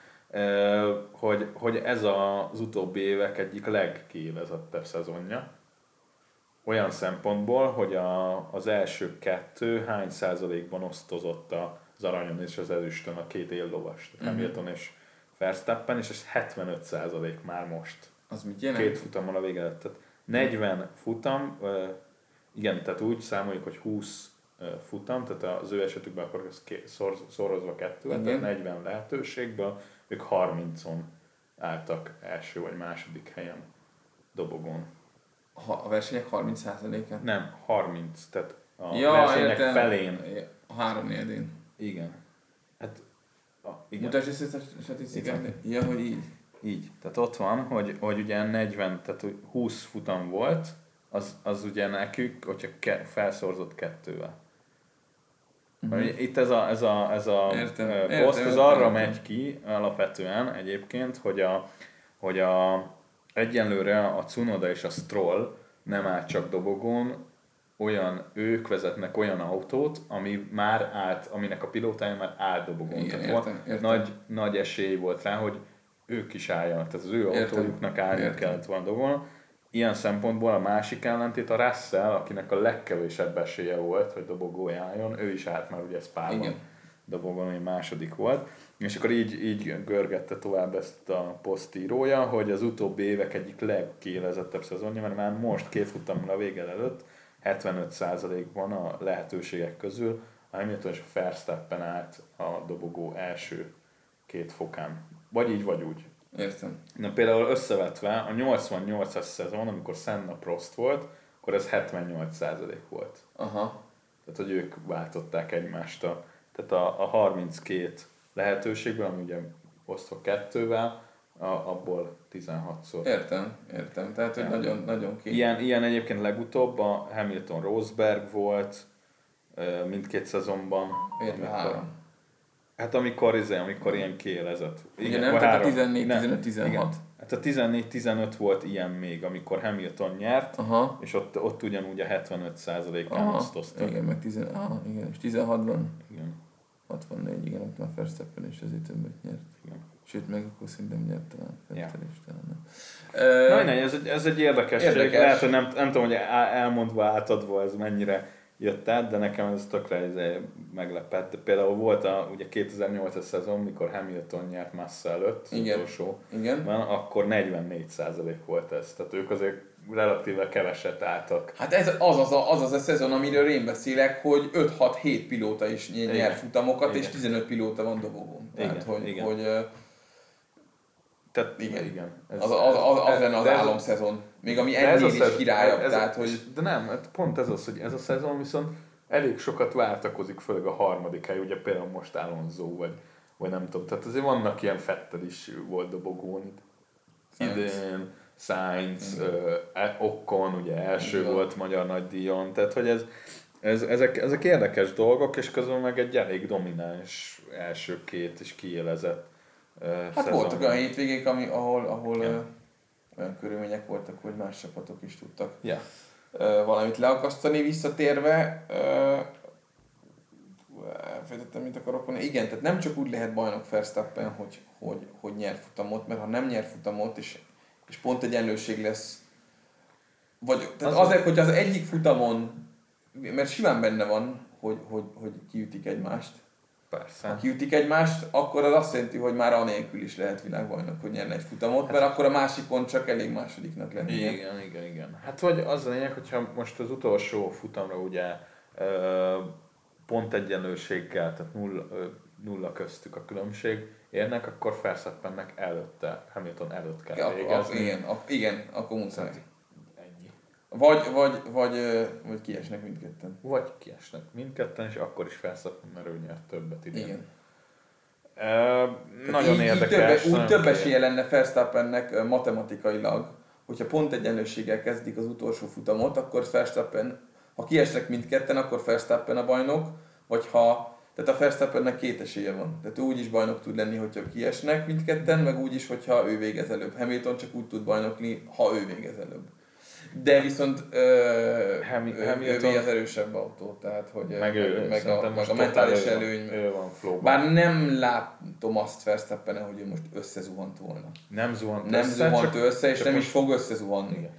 Hogy, hogy ez az utóbbi évek egyik legkiélezettebb szezonja. Olyan szempontból, hogy a, az első kettő hány százalékban osztozott az aranyon és az ezüstön a két éllovas, mm-hmm. Hamilton és Verstappen, és ez hetvenöt százalék már most. Az mit jelent? Két futamon a vége lett. Tehát negyven futam, igen, tehát úgy számoljuk, hogy húsz futam, tehát az ő esetükben akkor ez szorozva kettő, tehát negyven lehetőségből, ők harmincon álltak első vagy második helyen dobogón. Ha a versenyek harminc százalékán? Nem, harminc, tehát a ja, versenyek értem. felén. A három négyedén. Igen. Hát, a, igen. Mutasd ezt a statisztikát? Ja, hogy így. Így. Tehát ott van, hogy, hogy ugye negyven, tehát húsz futam volt, az, az ugye nekük, hogyha ke, felszorzott kettővel. Uh-huh. Itt ez a, ez a, ez a értem, poszt, értem, ez értem, arra értem. megy ki alapvetően egyébként, hogy a, hogy a egyenlőre a Tsunoda és a Stroll nem áll csak dobogón, olyan, ők vezetnek olyan autót, ami már állt, aminek a pilótája már állt dobogón. Igen, tehát értem, értem. Nagy, nagy esély volt rá, hogy ők is álljanak, tehát az ő autójuknak állni kellett volna dobogón. ilyen szempontból a másik ellentét a Russell, akinek a legkevésebb esélye volt, hogy dobogója álljon, ő is állt már ugye Spa-ban dobogon, ami második volt. És akkor így, így görgette tovább ezt a posztírója, hogy az utóbbi évek egyik legkiélezettebb szezonja, mert már most két futamra vége előtt hetvenöt százalékban a lehetőségek közül a Hamilton és a Verstappen állt a dobogó első két fokán. Vagy így, vagy úgy. Értem. Na például összevetve a nyolcvannyolcas szezon, amikor Senna Prost volt, akkor ez hetvennyolc százalék volt. Aha. Tehát, hogy ők váltották egymást. A, tehát a, a harminckét lehetőségből, ami ugye osztva kettővel, a, abból tizenhatszor. Értem, értem. Tehát, hogy nagyon, nagyon ki. Ilyen, ilyen egyébként legutóbb a Hamilton Rosberg volt mindkét szezonban. Értve három. Hát amikor, izé, amikor ilyen kiélezett. Igen, igen, nem, tehát a tizennégy tizenöt tizenhat. Hát a tizennégy tizenöt volt ilyen még, amikor Hamilton nyert, aha. és ott, ott ugyanúgy a hetvenöt százalékán osztoztak. Igen, meg tizen, aha, igen, és tizenhatban igen. hatvannégy, igen, ott már Verstappen is azért többet nyert. Igen. Sőt, meg akkor szerintem nyert talán. Ja. Is, talán nem. Na, uh, ez, egy, ez egy érdekesség. Érdekes. Lehet, hogy nem, nem tudom, hogy elmondva, átadva ez mennyire jött át, de nekem ez tökre meglepett. Például volt a ugye kétezer-nyolcas szezon, mikor Hamilton nyert Massa előtt, az igen. utolsó, igen. Van, akkor negyvennégy százalék volt ez. Tehát ők azért relatíve keveset álltak. Hát ez az az a, az, az a szezon, amiről én beszélek, hogy öt-hat-hét pilóta is nyer igen. futamokat, igen. és tizenöt pilóta van dobogón. Tehát, igen. hogy... Igen. hogy Tehát, igen. igen. Ez, az, az, az, az lenne az álomszezon. Még ami ennél is szezon, királyabb. Ez, tehát, hogy... De nem, pont ez az, hogy ez a szezon viszont elég sokat váltakozik, főleg a harmadik hely, ugye például most Alonso, vagy, vagy nem tudom. Tehát azért vannak ilyen Vettel is volt dobogón idén, Sainz, uh, Ocon, ugye első igen. volt magyar nagydíjon, tehát hogy ez, ez, ezek, ezek érdekes dolgok, és közben meg egy elég domináns első két is kiélezett uh, Hát szezon. voltak olyan hétvégék, ami, ahol, ahol ja. uh, olyan körülmények voltak, hogy más csapatok is tudtak ja. uh, valamit leakasztani. Visszatérve, uh, elfejtettem, mit akarok mondani. Igen, tehát nem csak úgy lehet bajnok Verstappen, hogy, hogy, hogy nyer futamot, mert ha nem nyer futamot, és, és pont egyenlőség lesz, vagy tehát az azért, hogy az egyik futamon, mert simán benne van, hogy, hogy, hogy kiütik egymást. Persze. Ha kiütik egymást, akkor az azt jelenti, hogy már anélkül is lehet világbajnok, hogy nyerne egy futamot, hát, mert akkor a másikon csak elég másodiknak lenni. Igen, igen, igen. Hát vagy az a lényeg, hogyha most az utolsó futamra ugye pont egyenlőséggel, tehát nulla, nulla köztük a különbség érnek, akkor Verstappennek előtte, Hamilton előtt kell ja, végezni. A, igen, a, igen, akkor muszáj. Ennyi. Vagy, vagy, vagy, vagy kiesnek mindketten. Vagy kiesnek mindketten, és akkor is Verstappen, mert ő nyert többet idén. Igen. Uh, nagyon így, érdekes. Így több, úgy több esélye lenne Verstappennek matematikailag, hogyha pont egyenlőséggel kezdik az utolsó futamot, akkor Verstappen, ha kiesnek mindketten, akkor Verstappen a bajnok, vagy ha, tehát a Verstappennek két esélye van. Tehát ő úgy is bajnok tud lenni, hogyha kiesnek mindketten, meg úgy is, hogyha ő végez előbb. Hamilton csak úgy tud bajnokni, ha ő végez előbb. De viszont ö, Hamilton ő az erősebb autó, tehát hogy meg, ő, meg, a, meg a mentális ő előny. Ő van flowban. Bár nem látom azt Verstappen, hogy ő most összezuhant volna. Nem zuhant nem össze. Nem zuhant össze, és nem most... is fog összezuhanni. Igen.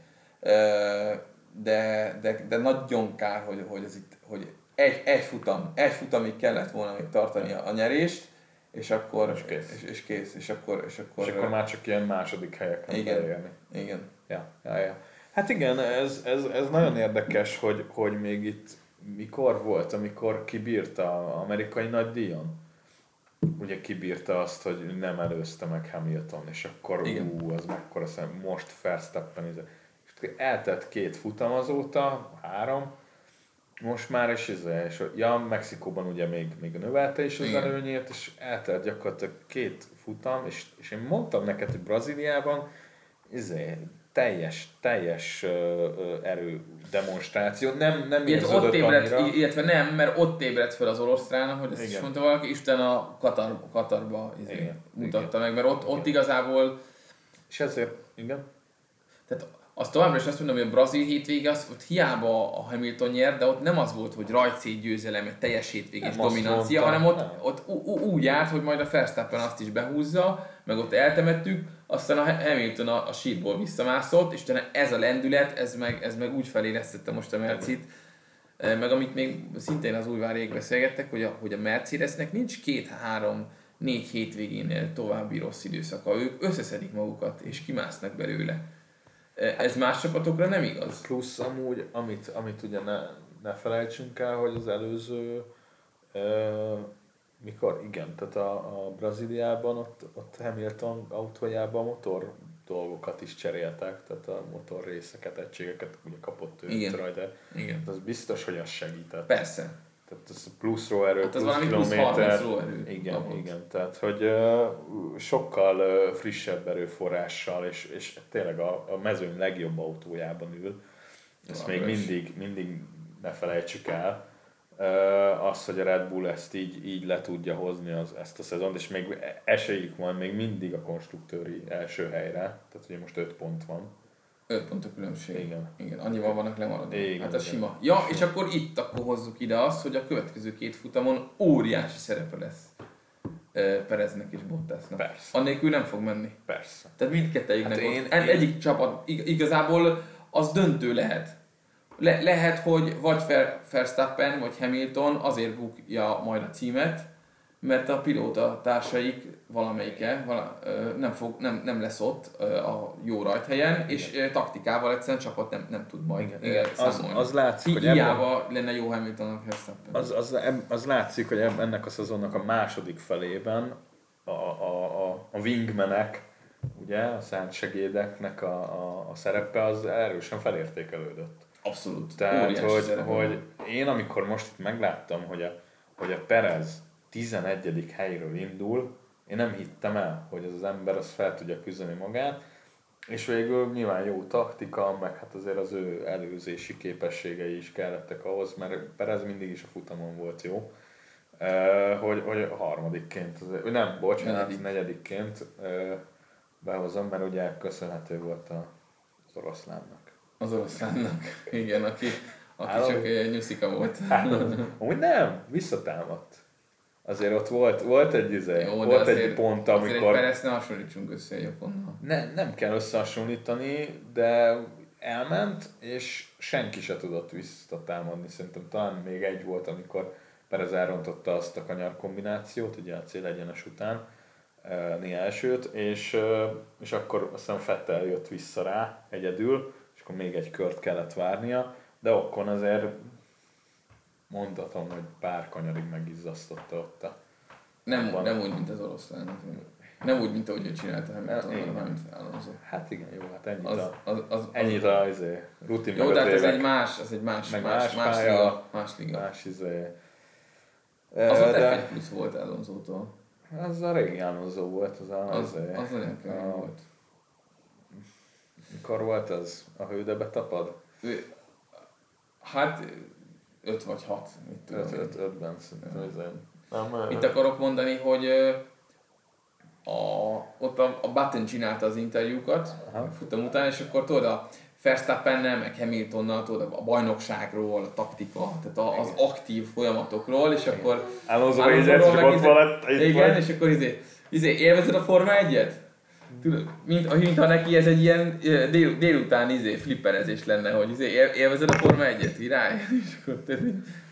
De, de, de nagyon kár, hogy, hogy, ez itt, hogy egy, egy futam, egy futamig kellett volna még tartani a, a nyerést, és akkor és kész. És, és kész, és akkor, és akkor, és akkor már csak ilyen második helyeken igen, elérni. Igen. Ja, ja, ja. Hát igen, ez, ez, ez nagyon érdekes, hogy, hogy még itt mikor volt, amikor kibírta az amerikai nagydíjon. Ugye kibírta azt, hogy nem előzte meg Hamilton, és akkor igen. ú, az mekkora szem, most Verstappen, és eltett két futam azóta, három, most már is, és ja, Mexikóban ugye még, még növelte is az igen. előnyét, és eltelt gyakorlatilag két futam, és, és én mondtam neked, hogy Brazíliában izé, teljes, teljes uh, uh, erő demonstráció, nem, nem érződött ébredt, annyira. Illetve nem, mert ott ébredt fel az Oroszlán, hogy ezt igen. is mondta valaki, és utána Katar, Katarba izé, igen. mutatta igen. meg, mert ott, ott igazából... És ezért, igen. Tehát azt továbbra is azt mondom, hogy a brazil hétvége, az, ott hiába a Hamilton nyer, de ott nem az volt, hogy rajtszét győzelem, egy teljes hétvégés dominancia, hanem ott, ott ú- ú- úgy járt, hogy majd a Verstappen azt is behúzza, meg ott eltemettük, aztán a Hamilton a, a sírból visszamászott, és utána ez a lendület, ez meg, ez meg úgy feléreztette most a Mercit, meg amit még szintén az újváriék beszélgettek, hogy a, hogy a Mercedesnek nincs két-három négy hétvégénél további rossz időszaka. Ők összeszedik magukat, és kimásznak belőle. Ez más csapatokra nem igaz? Plusz amúgy, amit, amit ugye ne, ne felejtsünk el, hogy az előző, e, mikor, igen, tehát a, a Brazíliában ott, ott Hamilton autójában motor dolgokat is cseréltek, tehát a motor részeket, egységeket ugye kapott ő rajta. Igen. Az biztos, hogy az segített. Persze. Tehát ez plusz róerő, hát plusz kilométer. Igen, abban. Igen, tehát hogy uh, sokkal uh, frissebb erőforrással, és, és tényleg a, a mezőny legjobb autójában ül. Ezt még mindig, mindig ne felejtsük el. Uh, az, hogy a Red Bull ezt így, így le tudja hozni az, ezt a szezont, és még esélyük van még mindig a konstruktőri első helyre, tehát ugye most öt pont van. öt pont a különbség. Igen. Igen, annyival vannak lemaradva. Igen, hát a igen. sima. Ja, és akkor itt akkor hozzuk ide azt, hogy a következő két futamon óriási szerepe lesz uh, Pereznek és Bottasnak. Persze. Annélkül nem fog menni. Persze. Tehát mindkettejüknek Hát ott. én- Egy, én- Egyik csapat ig- igazából az döntő lehet. Le- lehet, hogy vagy Ver- Verstappen, vagy Hamilton azért bukja majd a címet, mert a pilóta társaik valamelyike vala, ö, nem, fog, nem, nem lesz ott ö, a jó rajthelyen, és ö, taktikával egyszerűen csapat nem, nem tud majd Igen, ö, igen. Az, számolni. az látszik, hogy Hi- ebben, Hiába lenne jó Hamiltonnak Verstappen. az, az, az látszik, hogy eb- ennek a szezonnak a második felében a, a, a, a wingmanek, ugye, a szántsegédeknek a, a, a szerepe az erősen felértékelődött. Abszolút. Tehát, Óriási hogy, szerepe. hogy én amikor most itt megláttam, hogy a, hogy a Perez tizenegyedik helyről indul, én nem hittem el, hogy ez az ember az fel tudja küzdeni magát, és végül nyilván jó taktika, meg hát azért az ő előzési képességei is kellettek ahhoz, mert Perez mindig is a futamon volt jó, eh, hogy, hogy harmadikként, azért, nem, bocsánat, Negyedik. negyedikként eh, behozom, mert ugye köszönhető volt a, az oroszlánnak. Az oroszlánnak. Igen, aki, aki Állam- csak ö, nyuszika volt. Hát, amúgy nem, visszatámadt. Azért ott volt, volt egy, izé, Jó, de volt egy azért- pont, Azért egy amikor... Perez ne hasonlítsunk össze a Japonnal. Ne, nem kell összehasonlítani, de elment, és senki se tudott visszatámadni. Szerintem talán még egy volt, amikor Perez elrontotta azt a kanyar kombinációt, ugye a célegyenes után, néha elsőt, és, és akkor aztán Vettel jött vissza rá egyedül, és akkor még egy kört kellett várnia, de Ocon azért mondhatom, hogy pár kanyarig megizzasztotta ott a... Nem, Van. nem úgy, mint az oroszlán. Nem úgy, mint ahogy ő csinálta Hamilton, Igen. hanem mint Alonso. Hát igen, jó, hát ennyit Az, a, az, az, az, ennyit a izé, rutin jó, meg de az hát ez évek. egy más, az egy más, Meg más, más más, pálya. liga, más liga. Más izé. Az ott ef de egy plusz volt Alonso-tól. az a régi Alonso volt, az a... Az, izé, az nagyon kemény a- volt. Mikor volt az? A hődebe tapad? Ő, hát öt vagy hat, mit tudom öt én. öt ötben szerintem. izé. Nem, Itt akarok mondani, hogy ö, a, ott a, a Button csinálta az interjúkat Aha. a futam után, és akkor tudod, a Verstappennel, meg Hamiltonnal, tudod, a bajnokságról, a taktika, tehát a, az aktív folyamatokról, és akkor Alonso Alonsoról egyet, csak meg ott izé- van lett, itt igen, vagy. és akkor izé, izé élvezed a Forma egyet? Tudod, mint, mintha neki ez egy ilyen ö, dél, délután izé, flipperezés lenne, hogy izé, él- élvezed a Forma egyet, király? És akkor te-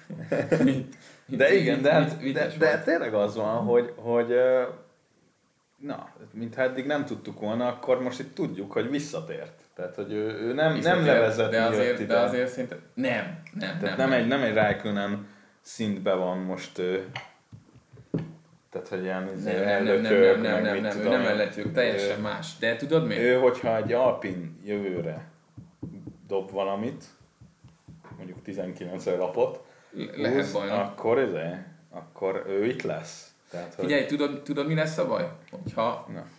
De igen, de, Vicc- hát- de, vicces de volt. tényleg az van, hogy, hogy ö, na, mintha eddig nem tudtuk volna, akkor most itt tudjuk, hogy visszatért. Tehát, hogy ő, ő nem, nem Visszatért, levezetni de jött azért, ide. de azért szerintem nem, nem, Tehát nem, nem, egy, nem egy Raikkonen szintben van most ő. Tehát, hogy ilyen izé nem, nem, nem, nem, ellökök, nem, meg nem, mit nem, ő tudom nem én. elletjük, teljesen Ő- más. De tudod mi? Ő, hogyha egy Alpin jövőre dob valamit, mondjuk tizenkilenc lapot, Lehet húz, bajnok. akkor, izé, akkor ő itt lesz. Tehát, hogy... Figyelj, tudod, tudod mi lesz a baj? Hogyha Na.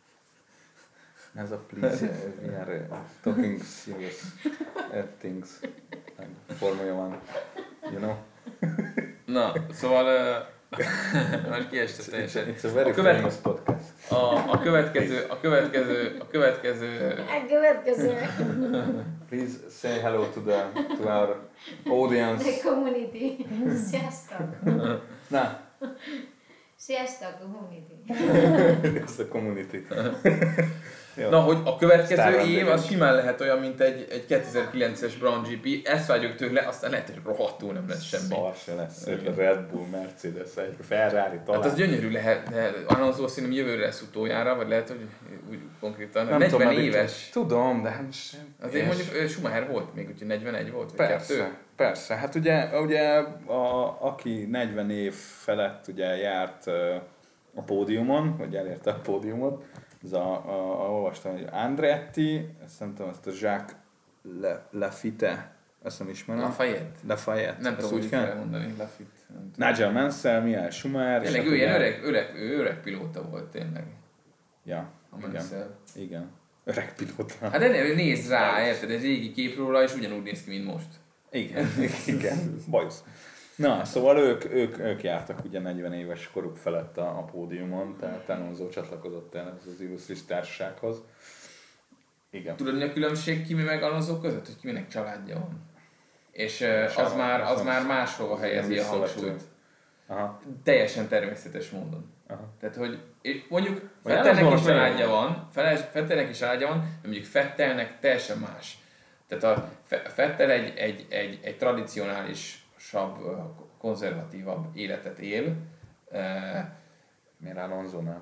Ez a please, we are talking serious uh, things. And Formula One, you know? na, szóval uh, már kiesett It's, teljesen. it's a very A követ- famous podcast. A, a következő, a következő, a következő, A következő. Please say hello to the to our audience. The community. Sziasztok! Na, Sziasztok, community! Ezt a community. Na, hogy a következő Sztár év vendégek. az simán lehet olyan, mint egy, egy kétezer-kilences Brown gé pé, ezt várjuk tőle, aztán lehet, hogy rohadtul nem lesz semmi. Szar se lesz. Egy Red Bull, Mercedes, egy Ferrari talán. Hát az gyönyörű lehet, de Alonso szerintem jövőre lesz utoljára, vagy lehet, hogy úgy konkrétan Nem negyven tudom, éves. Tudom, de hát sem. Azért mondjuk Schumacher volt még, úgyhogy negyvenegy volt, vagy Persze, kettő. persze. Hát ugye, ugye a, aki negyven év felett ugye járt a pódiumon, vagy elérte a pódiumot, ez a, a, a olvastam, hogy Andretti, ezt nem tudom, ezt a Jacques Le, Lafitte, ezt nem ismerem. Lafayette. Lafayette. Nem ezt tudom, úgy hogy kell. kell mondani, Lafitte. nem tudom. Nigel Mansell, Michael Schumacher. Tényleg és ő ilyen hát ugye- öreg, öreg, ő öreg pilóta volt tényleg. Ja, A igen, Mansell. igen. Öreg pilóta. Hát de nézd rá, érted, egy régi kép róla, és ugyanúgy néz ki, mint most. Igen, igen, bajusz. Na, szóval ők, ők, ők jártak ugye negyven éves koruk felett a, a pódiumon, tehát Alonso csatlakozott el az Illusztris társasághoz. Igen. Tudod, mi a különbség Kimi meg Alonso között, hogy Kiminek családja van? És ö, Sem, az már, az nem- már máshova az helyezi ilyen a visszavető. hangsúlyt. Aha, Teljesen természetes módon. aha. Tehát, hogy és mondjuk Vagy Fettelnek az is van, családja hogy- van, Feles- Fettelnek is családja van, de mondjuk Fettelnek teljesen más. Tehát a Fe- Fettel egy, egy, egy, egy tradicionálisabb, ö, konzervatívabb életet él. Eh, Miért Alonso nem?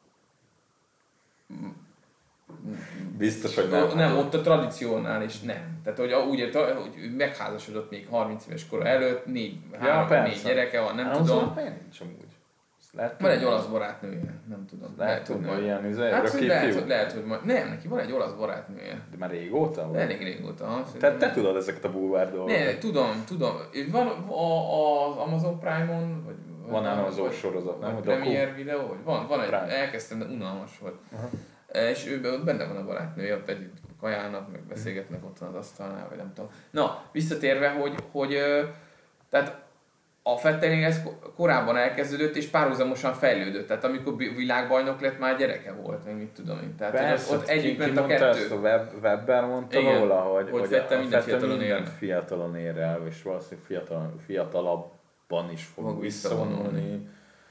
Biztos, hogy nem. nem, nem, ott a tradicionális nem. Tehát, hogy a- úgy, érte, hogy ő megházasodott még harminc éves kora előtt, négy, három, persze. négy gyereke van, nem Alonso tudom. miért nincs amúgy? Ezt lehet Van egy tudni? olasz barátnője, nem tudom. Lehet tudni, hogy ilyen izé, Hát, örökké hogy lehet, fiú? hogy, lehet, hogy majd... Nem, neki van egy olasz barátnője. De már régóta? De Vagy? elég régóta. ha, Te, szerintem- te tudod ezeket a bulvár dolgokat? Ne, tudom, tudom. Van a, az Amazon Prime-on, vagy Van vagy- Amazon vagy- sorozat, nem? vagy A doku? Premier videó, vagy van, van egy, Prime. elkezdtem, de unalmas volt. Aha. E, És ő ott benne van a barátnője, ott együtt kajálnak, meg beszélgetnek ott van az asztalnál, vagy nem tudom. Na, visszatérve, hogy, hogy ö, tehát a Vettelnél ez ko- korábban elkezdődött, és párhuzamosan fejlődött. Tehát amikor bi- világbajnok lett, már gyereke volt, meg mit tudom én. Tehát hogy Persze, ott, ott együtt ki, ment ki a mondta kettő. ezt, a web, Webber mondta Igen, róla, hogy, hogy hogy Vettel a minden Vettel fiatalon mindent él. fiatalon ér el, és valószínűleg fiatal, fiatalabban is fog, Fog visszavonulni. visszavonulni.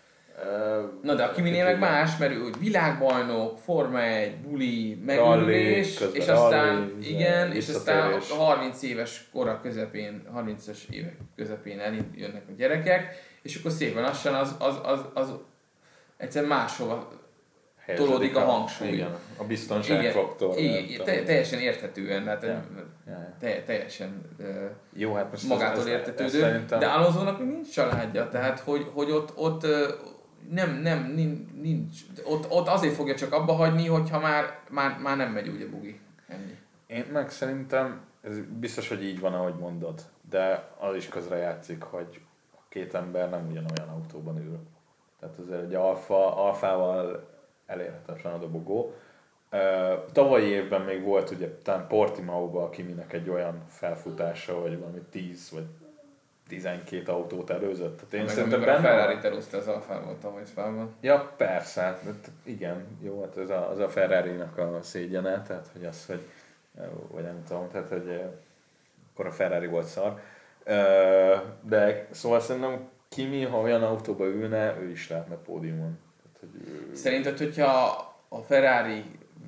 Uh, Na de a Kiminél meg más, mert ő világbajnok, Forma egy, buli, Rally, megülés, közben és aztán, rally, igen, és aztán visszatérés. a harminc éves kora közepén, harmincas évek közepén eljönnek a gyerekek, és akkor szépen lassan az, az, az, az egyszerűen máshova helyeződik tolódik a hangsúly. Igen, a biztonságfaktor. igen, nem igen, tudom. te, teljesen érthetően, hát Ja, ja, ja. te, teljesen uh, Jó, hát most magától ez, ez, értetődő, ez szerintem... de Alonsonak még nincs családja, tehát hogy, hogy ott, ott ö, nem, nem, nin- nincs, ott, ott azért fogja csak abba hagyni, hogyha már, már, már nem megy úgy a bugi. Ennyi. Én meg szerintem, ez biztos, hogy így van, ahogy mondod, de az is közrejátszik, hogy a két ember nem ugyanolyan autóban ül. Tehát azért egy alfa, alfával elérhetetlen a dobogó. Uh, tavalyi évben még volt ugye talán Portimao-ban Kiminek egy olyan felfutása, hogy valami tíz vagy tizenkét autót előzött. Tehát én Meg szerintem amikor a benne van- Ferrari elúszta az Alfával tavaly Spában. Ja, persze, de t- igen, jó, hát ez a, az a Ferrari-nak a szégyene, tehát hogy az, hogy, vagy nem tudom, tehát hogy eh, akkor a Ferrari volt szar. Ö, De szóval szerintem Kimi, ha olyan autóba ülne, ő is lehetne pódiumon. Tehát, hogy ő... Szerinted, hogyha a Ferrari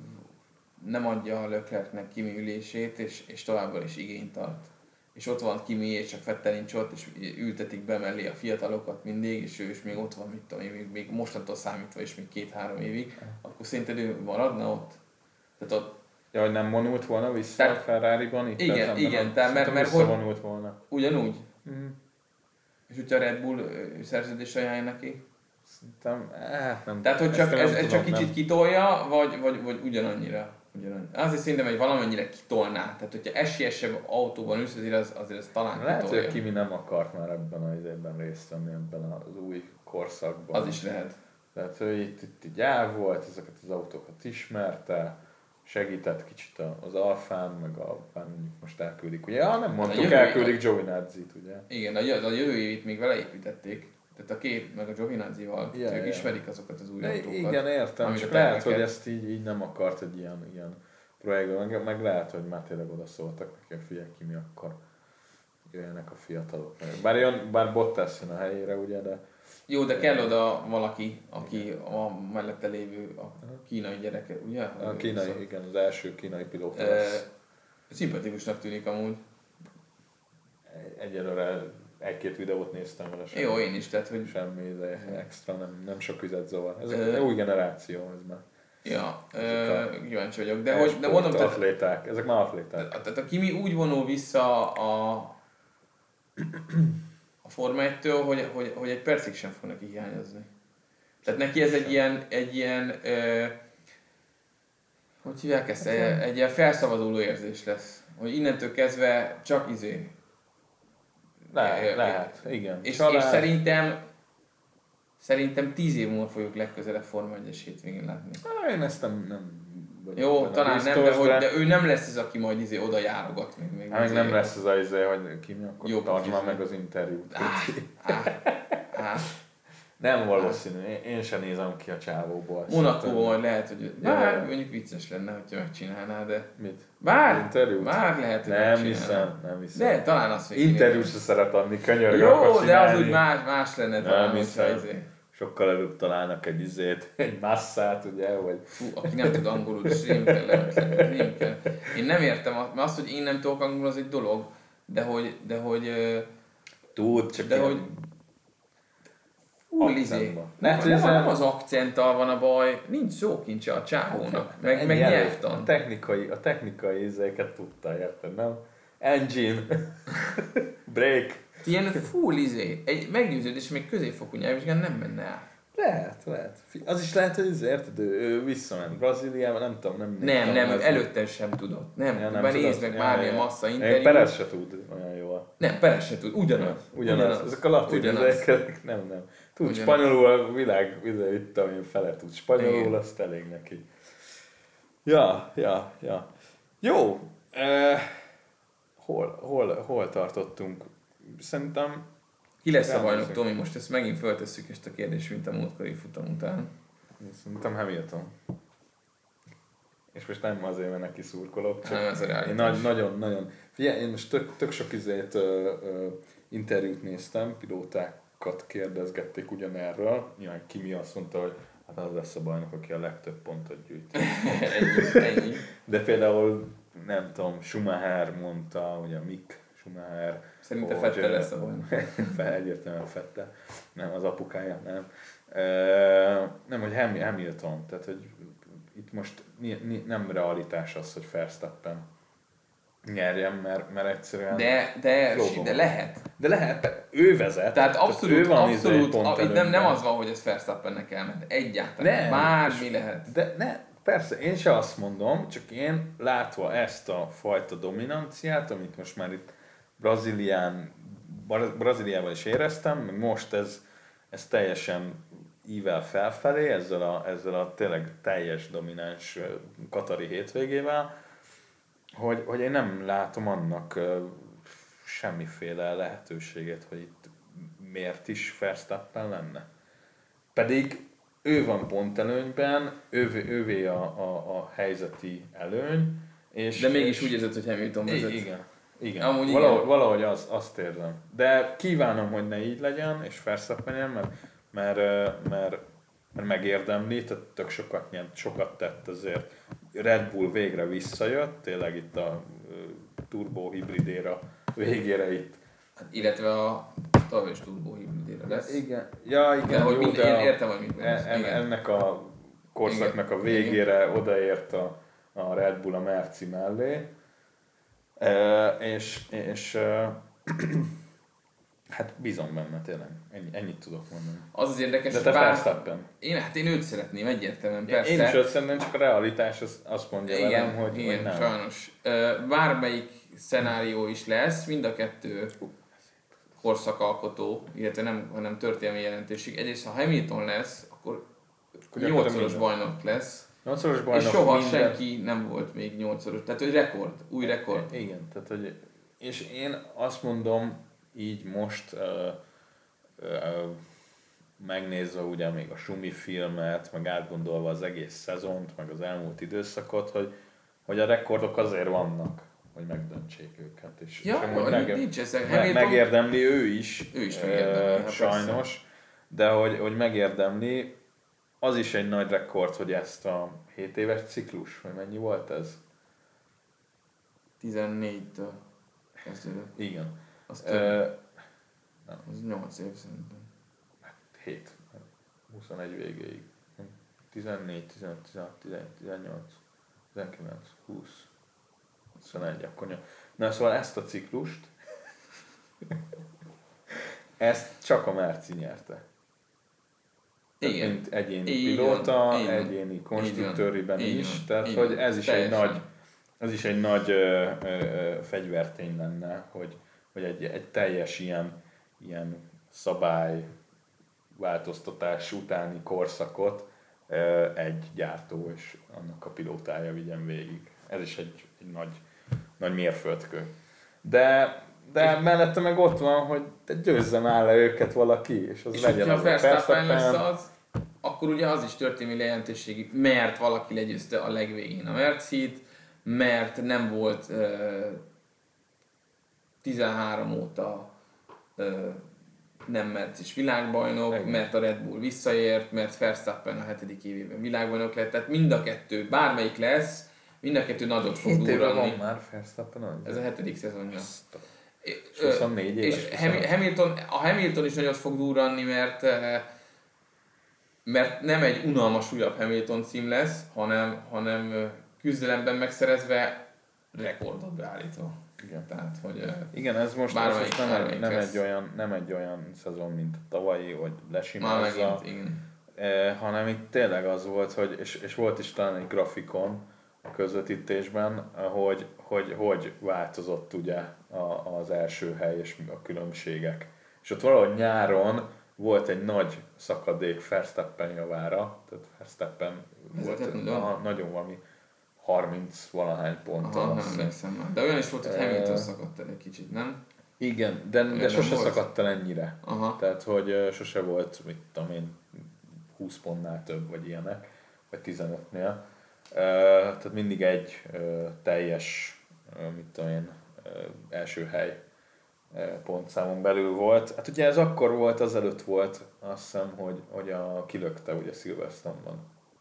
nem adja a Leclercnek Kimi ülését, és, és továbbra is igényt tart, és ott van Kimi, és csak Vettel nincs ott, és ültetik be mellé a fiatalokat mindig, és ő is még ott van, mit tudom én, még, még mostantól számítva is még két-három évig, akkor szerinted ő maradna ott? Tehát ott Ja, hogy nem vonult volna vissza Tehát- a Ferrari-ban? Itt igen, ezen, igen, nem? tehát mert- Szerintem mert hogy- visszavonult volna. ugyanúgy? Mm. És hogyha a Red Bull ö, szerződés ajánlja neki? Szerintem, hát nem Tehát, hogy ezt csak, nem ez, ez tudom, csak kicsit nem. kitolja, vagy, vagy, vagy ugyanannyira? ugyanannyira? Azért szerintem, hogy valamennyire kitolná. Tehát, hogyha esélyesebb autóban ülsz, azért az, azért az talán Lehet, hogy kitolja. a Kimi nem akart már ebben az évben részt venni, ebben az új korszakban. Az is lehet. Tehát, hogy itt, itt így el volt, ezeket az autókat ismerte, segített kicsit az Alfán, meg a, már mondjuk most elküldik, ugye? Ja, nem mondtuk, jövő- elküldik Giovinazzi-t, ugye? Igen, a, jö- a jövő évét még vele építették. Tehát a két, meg a Giovinazzi-val, Ja, ők ja. ismerik azokat az új De autókat. igen, értem, amit csak a lehet, terveket- hogy ezt így, így nem akart egy ilyen, ilyen projektben, meg, meg lehet, hogy már tényleg oda szóltak neki, a figyelj Kimi, akkor jöjjenek a fiatalok. Bár, jön, bár Bottas jön a helyére, ugye, de... Jó, de kell oda valaki, aki a mellette lévő a kínai gyereke, ugye? A kínai, szóval. Igen, az első kínai pilóta e, lesz. Szimpatikusnak tűnik amúgy. Egyelőre egy-két videót néztem vele. Semmi, jó, én is, tehát hogy... Semmi, de extra, nem, nem sok vizet zavar. Ez e, új generáció, ez már. Ja, kíváncsi vagyok, de hogy de mondom, tehát, atléták, ezek már atléták. Tehát a Kimi úgy vonul vissza a, a Forma egytől, hogy, hogy, hogy egy percig sem fog neki hiányozni. Tehát neki ez egy ilyen, egy ilyen ö, hogy hívják ezt, egy, egy ilyen felszabaduló érzés lesz. Hogy innentől kezdve csak izé. Lehet, ö, lehet, igen. És, és szerintem Szerintem tíz év múlva fogjuk legközelebb Forma egyes hétvégén látni. Há, én ezt nem... nem jó, talán biztos, nem, de, hogy, de ő nem lesz az, aki majd izé oda járogat. Még, még hát még nem lesz az az izé, hogy ki mi, akkor jó, tartsd már meg az interjút. Á, á, nem valószínű, én, én sem nézem ki a csávóból. Monakóban majd lehet, hogy bár mondjuk vicces lenne, hogyha megcsinálná, de... Mit? Bár, interjút? Bár lehet, hogy nem hiszem, nem hiszem. De talán azt még interjút se szeret adni, könyörgő jó, akar de az úgy más, más lenne talán, hogyha izé. Sokkal előbb találnak egy izét, egy masszát, ugye, vagy... Fú, aki nem tud angolul, és rém kell, rém kell. Én nem értem, mert az, hogy én nem tudok angolul, az egy dolog, de hogy... De hogy tud, csak de hogy Fú, izé. Nem, nem, nem az akcenttal van a baj, nincs szókincse a csávónak, hát, meg, meg nyelvtan. A technikai, a technikai izéket tudta, érted, nem? Engine, break. Ilyen full izé, egy meggyőződés, még középfokú nyelvvizsgán nem menne el. Lehet, lehet. Az is lehet, hogy izé, érted, ő, ő visszament Brazíliába, nem tudom, nem... Nem, nem, nem előtte sem tudott. Nem, ja, nem tudod. Nézd meg bármilyen massza interjút. Perez se tud olyan jól. Nem, Perez se tud, ugyanaz. Ugyanaz, ugyanaz. Ezek a latin ezek, nem, nem. Tud ugyanaz. Spanyolul, a világ, itt tudom én, fele tud spanyolul, azt elég neki. Ja, ja, ja. Jó, eh, hol, hol, hol tartottunk? Szerintem... Ki lesz a bajnok, Tomi? Most ezt megint föltesszük ezt a kérdést, mint a múltkori futam után. Szerintem Hamilton. És most nem azért, mert neki szurkolok, csak nem, ez a én nagy, nagyon, nagyon... Figyelj, én most tök, tök sok izét, ö, ö, interjút néztem, pilótákat kérdezgették ugyanerről. Nyilván Kimi azt mondta, hogy hát az lesz a bajnok, aki a legtöbb pontot gyűjt. ennyi, ennyi. De például, nem tudom, Schumacher mondta, ugye Mick Schumacher. Szerintem Vettel lesz a bajnok. Egyértelműen Vettel. Nem, az apukája, nem. E, nem, hogy Hamilton. Tehát, hogy itt most nem realitás az, hogy Verstappen nyerjen, mert, mert egyszerűen... De, de, de lehet. De lehet, ő vezet. Tehát abszolút, ő van abszolút, a, itt nem, nem az van, hogy ez Verstappennek elment. Egyáltalán. Bármi lehet. De ne, persze, én se azt mondom, csak én látva ezt a fajta dominanciát, amit most már itt Brazílián, Brazíliával is éreztem, meg most ez, ez teljesen ível felfelé, ezzel a, ezzel a tényleg teljes domináns katari hétvégével, hogy, hogy én nem látom annak semmiféle lehetőséget, hogy itt miért is Verstappen lenne. Pedig ő van pontelőnyben, ővé, ővé a, a, a helyzeti előny. És, de mégis és, úgy érzed, hogy Hamilton vezet. Igen. Igen. Amúgy valahogy, igen. valahogy az, azt érzem. De kívánom, hogy ne így legyen, és Verstappen, mert, mert, mert, mert megérdemli, tehát tök sokat nyert, sokat tett azért. Red Bull végre visszajött, tényleg itt a turbo hibridéra végére itt. Illetve a tavalyos turbo hibridéra lesz. Igen. Ja, igen. De, jó, hogy mind, de én értem, hogy mit mondasz. En, ennek a korszaknak a végére igen. Odaért a, a Red Bull a Merci mellé. E, és, és e, hát bízom benne tényleg, Ennyi, ennyit tudok mondani. Az az érdekes, de te Verstappen. Én, hát én őt szeretném egyértelműen, persze. Én is őt szeretném, csak a realitás az, azt mondja igen, velem, hogy, igen, hogy nem. sajnos. Bármelyik szenárió is lesz, mind a kettő korszakalkotó, illetve nem, hanem történelmi jelentőség. Egyrészt, ha Hamilton lesz, akkor nyolcszoros bajnok lesz. nyolcszoros bajnok és soha minden... senki nem volt még nyolcszoros. Tehát, hogy rekord, új rekord. Igen, tehát, hogy... És én azt mondom, így most uh, uh, megnézve ugye még a Schumi filmet, meg átgondolva az egész szezont, meg az elmúlt időszakot, hogy, hogy a rekordok azért vannak. hogy megdöntsék őket. És, Ja, és amúgy jó, meg, nincs ez. me, Hamilton... megérdemli ő is, Ő is megérdemli, uh, hát sajnos, persze. de hogy, hogy megérdemli, az is egy nagy rekord, hogy ezt a hét éves ciklus, vagy mennyi volt ez? tizennégytől kezdődött. Igen. Az Uh, több. Az nyolc év szerintem. hét. huszonegy végéig. tizennégy, tizenöt, tizenhat, tizenhét, tizennyolc, tizenkilenc, húsz, huszonegy, akkor nyolc. Na szóval ezt a ciklust, ezt csak a Merci nyerte. Tehát Igen. mint egyéni Így pilóta, van, így van. egyéni konstruktőriben Így is, van, tehát így hogy van. ez is Teljesen. egy nagy, ez is egy nagy ö, ö, ö, fegyvertény lenne, hogy, hogy egy, egy teljes ilyen, ilyen szabály változtatás utáni korszakot ö, egy gyártó és annak a pilótája vigyen végig. Ez is egy, egy nagy, nagy mérföldkő. De, de mellette meg ott van, hogy te győzze már le őket valaki, és az És legyen hogyha az Verstappen lesz az, akkor ugye az is történelmi jelentőségi, mert valaki legyőzte a legvégén a Mercit, mert nem volt uh, tizenhárom óta uh, nem Mercis világbajnok, Igen. mert a Red Bull visszaért, mert Verstappen a hetedik évében világbajnok lett, tehát mind a kettő, bármelyik lesz, mind a kettő nagyot fog hét éve durranni. van már Verstappen? Ez a hetedik szezonja. És huszonnégy éves. És Hamilton, a Hamilton is nagyot fog durranni, mert mert nem egy unalmas újabb Hamilton cím lesz, hanem, hanem küzdelemben megszerezve rekordot beállítva. Igen. Tehát, hogy Igen, ez most, ez most nem, egy, nem, egy olyan, nem egy olyan szezon, mint a tavalyi, hogy lesimázza, eh, hanem itt tényleg az volt, hogy, és, és volt is talán egy grafikon a közvetítésben, hogy hogy, hogy változott ugye a, az első hely és a különbségek. És ott valahogy nyáron volt egy nagy szakadék Verstappen javára, tehát Verstappen volt a, nagyon valami harminc valahány ponttal. Aha, nem emlékszem már. De olyan is volt, hogy Hamilton szakadt el egy kicsit, nem? Igen, de, de sose volt? Szakadt el ennyire. Aha. Tehát, hogy sose volt, mit tudom én, húsz pontnál több, vagy ilyenek, vagy tizenötnél. Tehát mindig egy teljes, mit tudom én, első hely pontszámon belül volt. Hát ugye ez akkor volt, azelőtt volt, azt hiszem, hogy, hogy a kilökte ugye Silverstone-ban.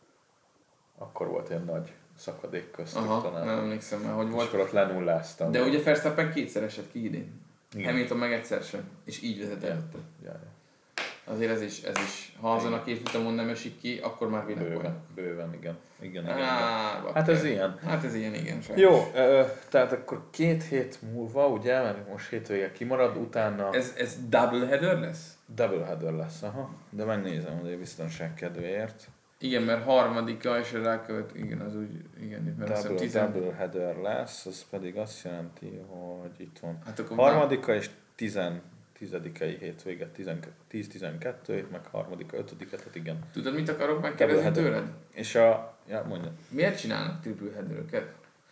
Akkor volt ilyen nagy szakadék köztük. Aha, talán. nem emlékszem már, hogy volt. És akkor ott lenulláztam. De ugye Verstappen kétszer esett ki idén. Igen. Hamilton meg egyszer sem. És így vezet előtte. Ja, ja. Azért ez is, ez is. Ha azon a két futamon nem esik ki, akkor már világbajnok. Bőven, bőven, igen. igen, igen, Á, igen. Hát ez ilyen. Hát ez ilyen, igen. Sajnos. Jó, ö, tehát akkor két hét múlva, ugye, mert most hétvége kimarad, utána Ez, ez doubleheader lesz? doubleheader lesz, aha. De megnézem azért biztonság kedvéért. Igen, mert harmadika és rákövet, igen, az úgy, igen, itt mert azt Double, hiszem tizen... doubleheader lesz, az pedig azt jelenti, hogy itt van Hát akkor harmadika és tizen, tizedikei hétvége, tíz tizenkettő, meg harmadika, ötödike, tehát igen. Tudod, mit akarok megkérdezni tőled? És a, ja, mondja. Miért csinálnak triple headeröket?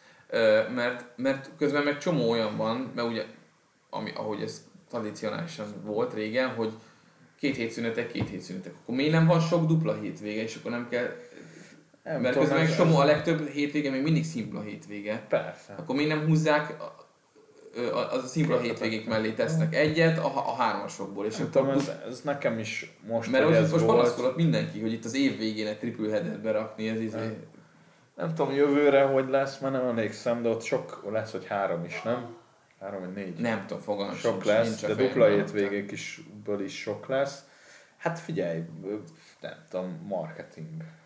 Mert, mert közben meg csomó olyan van, mert ugye, ami, ahogy ez tradicionálisan volt régen, hogy két hétszünetek, két hétszünetek. Akkor miért nem van sok dupla hétvége, és akkor nem kell... Nem mert tudom, közben meg csomó, a legtöbb hétvége még mindig szimpla hétvége. Persze. Akkor miért nem húzzák, az a szimpla hétvégék mellé tesznek egyet a, a hármasokból. És nem akkor tudom, ez, ez nekem is most, mert hogy ez most volt. panaszkodott mindenki, hogy itt az év végén egy triple header berakni, ez izé... Nem. nem tudom jövőre, hogy lesz, mert nem emlékszem, de ott sok lesz, hogy három is, nem? Három vagy négy? Nem tudom, fogalmam sok sincs, lesz, de dupla hétvégék is, ből is sok lesz. Hát figyelj, nem tudom, marketing.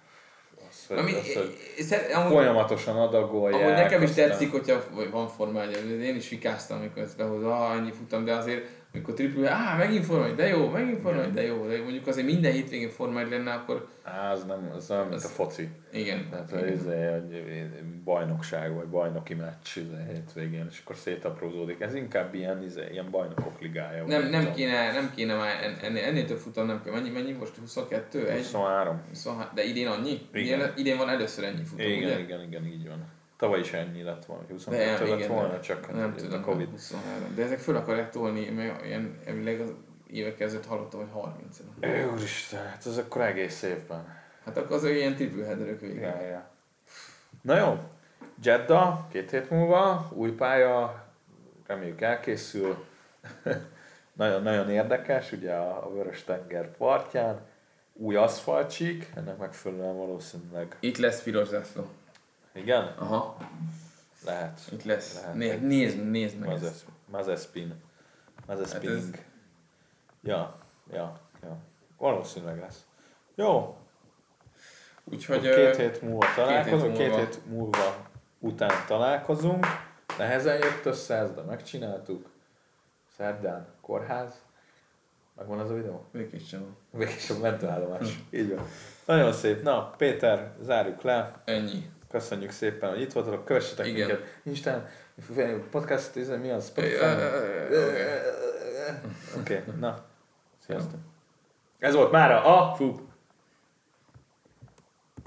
Az, hogy, Ami, az, hogy szer, amúgy, folyamatosan adagolják. amúgy nekem is aztán... tetszik, hogyha van formája, én is fikáztam, amikor ezt behozom, ah, ennyi futam, de azért, amikor triple, ah, megint formája, de jó, megint formája, de jó, de mondjuk azért minden hétvégén formája lenne, akkor... Á, az nem, az olyan, mint a foci. Igen. Tehát ez egy bajnokság, vagy bajnoki meccs hétvégén, és akkor szétaprózódik. Ez inkább ilyen, izé, ilyen bajnokok ligája. Nem, nem, kéne, nem kéne már, ennél, ennél több futam nem kell. Mennyi, mennyi most? huszonkettő? huszonhárom. huszonhárom. De idén annyi? Igen. Idén, idén van először ennyi futam, igen, ugye? Igen, igen, így van. Tavaly is ennyi lett volna, De, huszonkettő lett igen, volna, csak nem a tudom, Covid. huszonhárom. De ezek föl akarják tolni, mert ilyen elvileg az évek kezdett hallottam, hogy harminc. Úristen, hát ez akkor egész évben. Hát akkor az ilyen triple headerök végül. Ja, ja. Na jó, Jeddah, két hét múlva, új pálya, reméljük elkészül. Nagyon-nagyon érdekes, ugye a Vörös-tenger partján. Új aszfaltcsík, ennek megfelelően valószínűleg... Itt lesz piros zászló. Igen? Aha. Lehet. Itt lesz. Lehet. Né- nézd, nézd meg Mazes, ezt. Mazespin. Mazespinning. Hát ez- Ja, ja, ja. Valószínűleg lesz. Jó. Úgyhogy... Két ö, hét múlva találkozunk, két múlva. hét múlva után találkozunk. Nehezen jött össze ez, de megcsináltuk. Szerdán kórház. Megvan az a videó? Végig csinálom. Végig a mentőállomás. Így van. Nagyon szép. Na, Péter, zárjuk le. Ennyi. Köszönjük szépen, hogy itt voltatok. Kövessetek Igen. minket Instán, podcast, ez mi az? Spotify. Oké, na. Sziasztok. Ez volt mára a... Fú.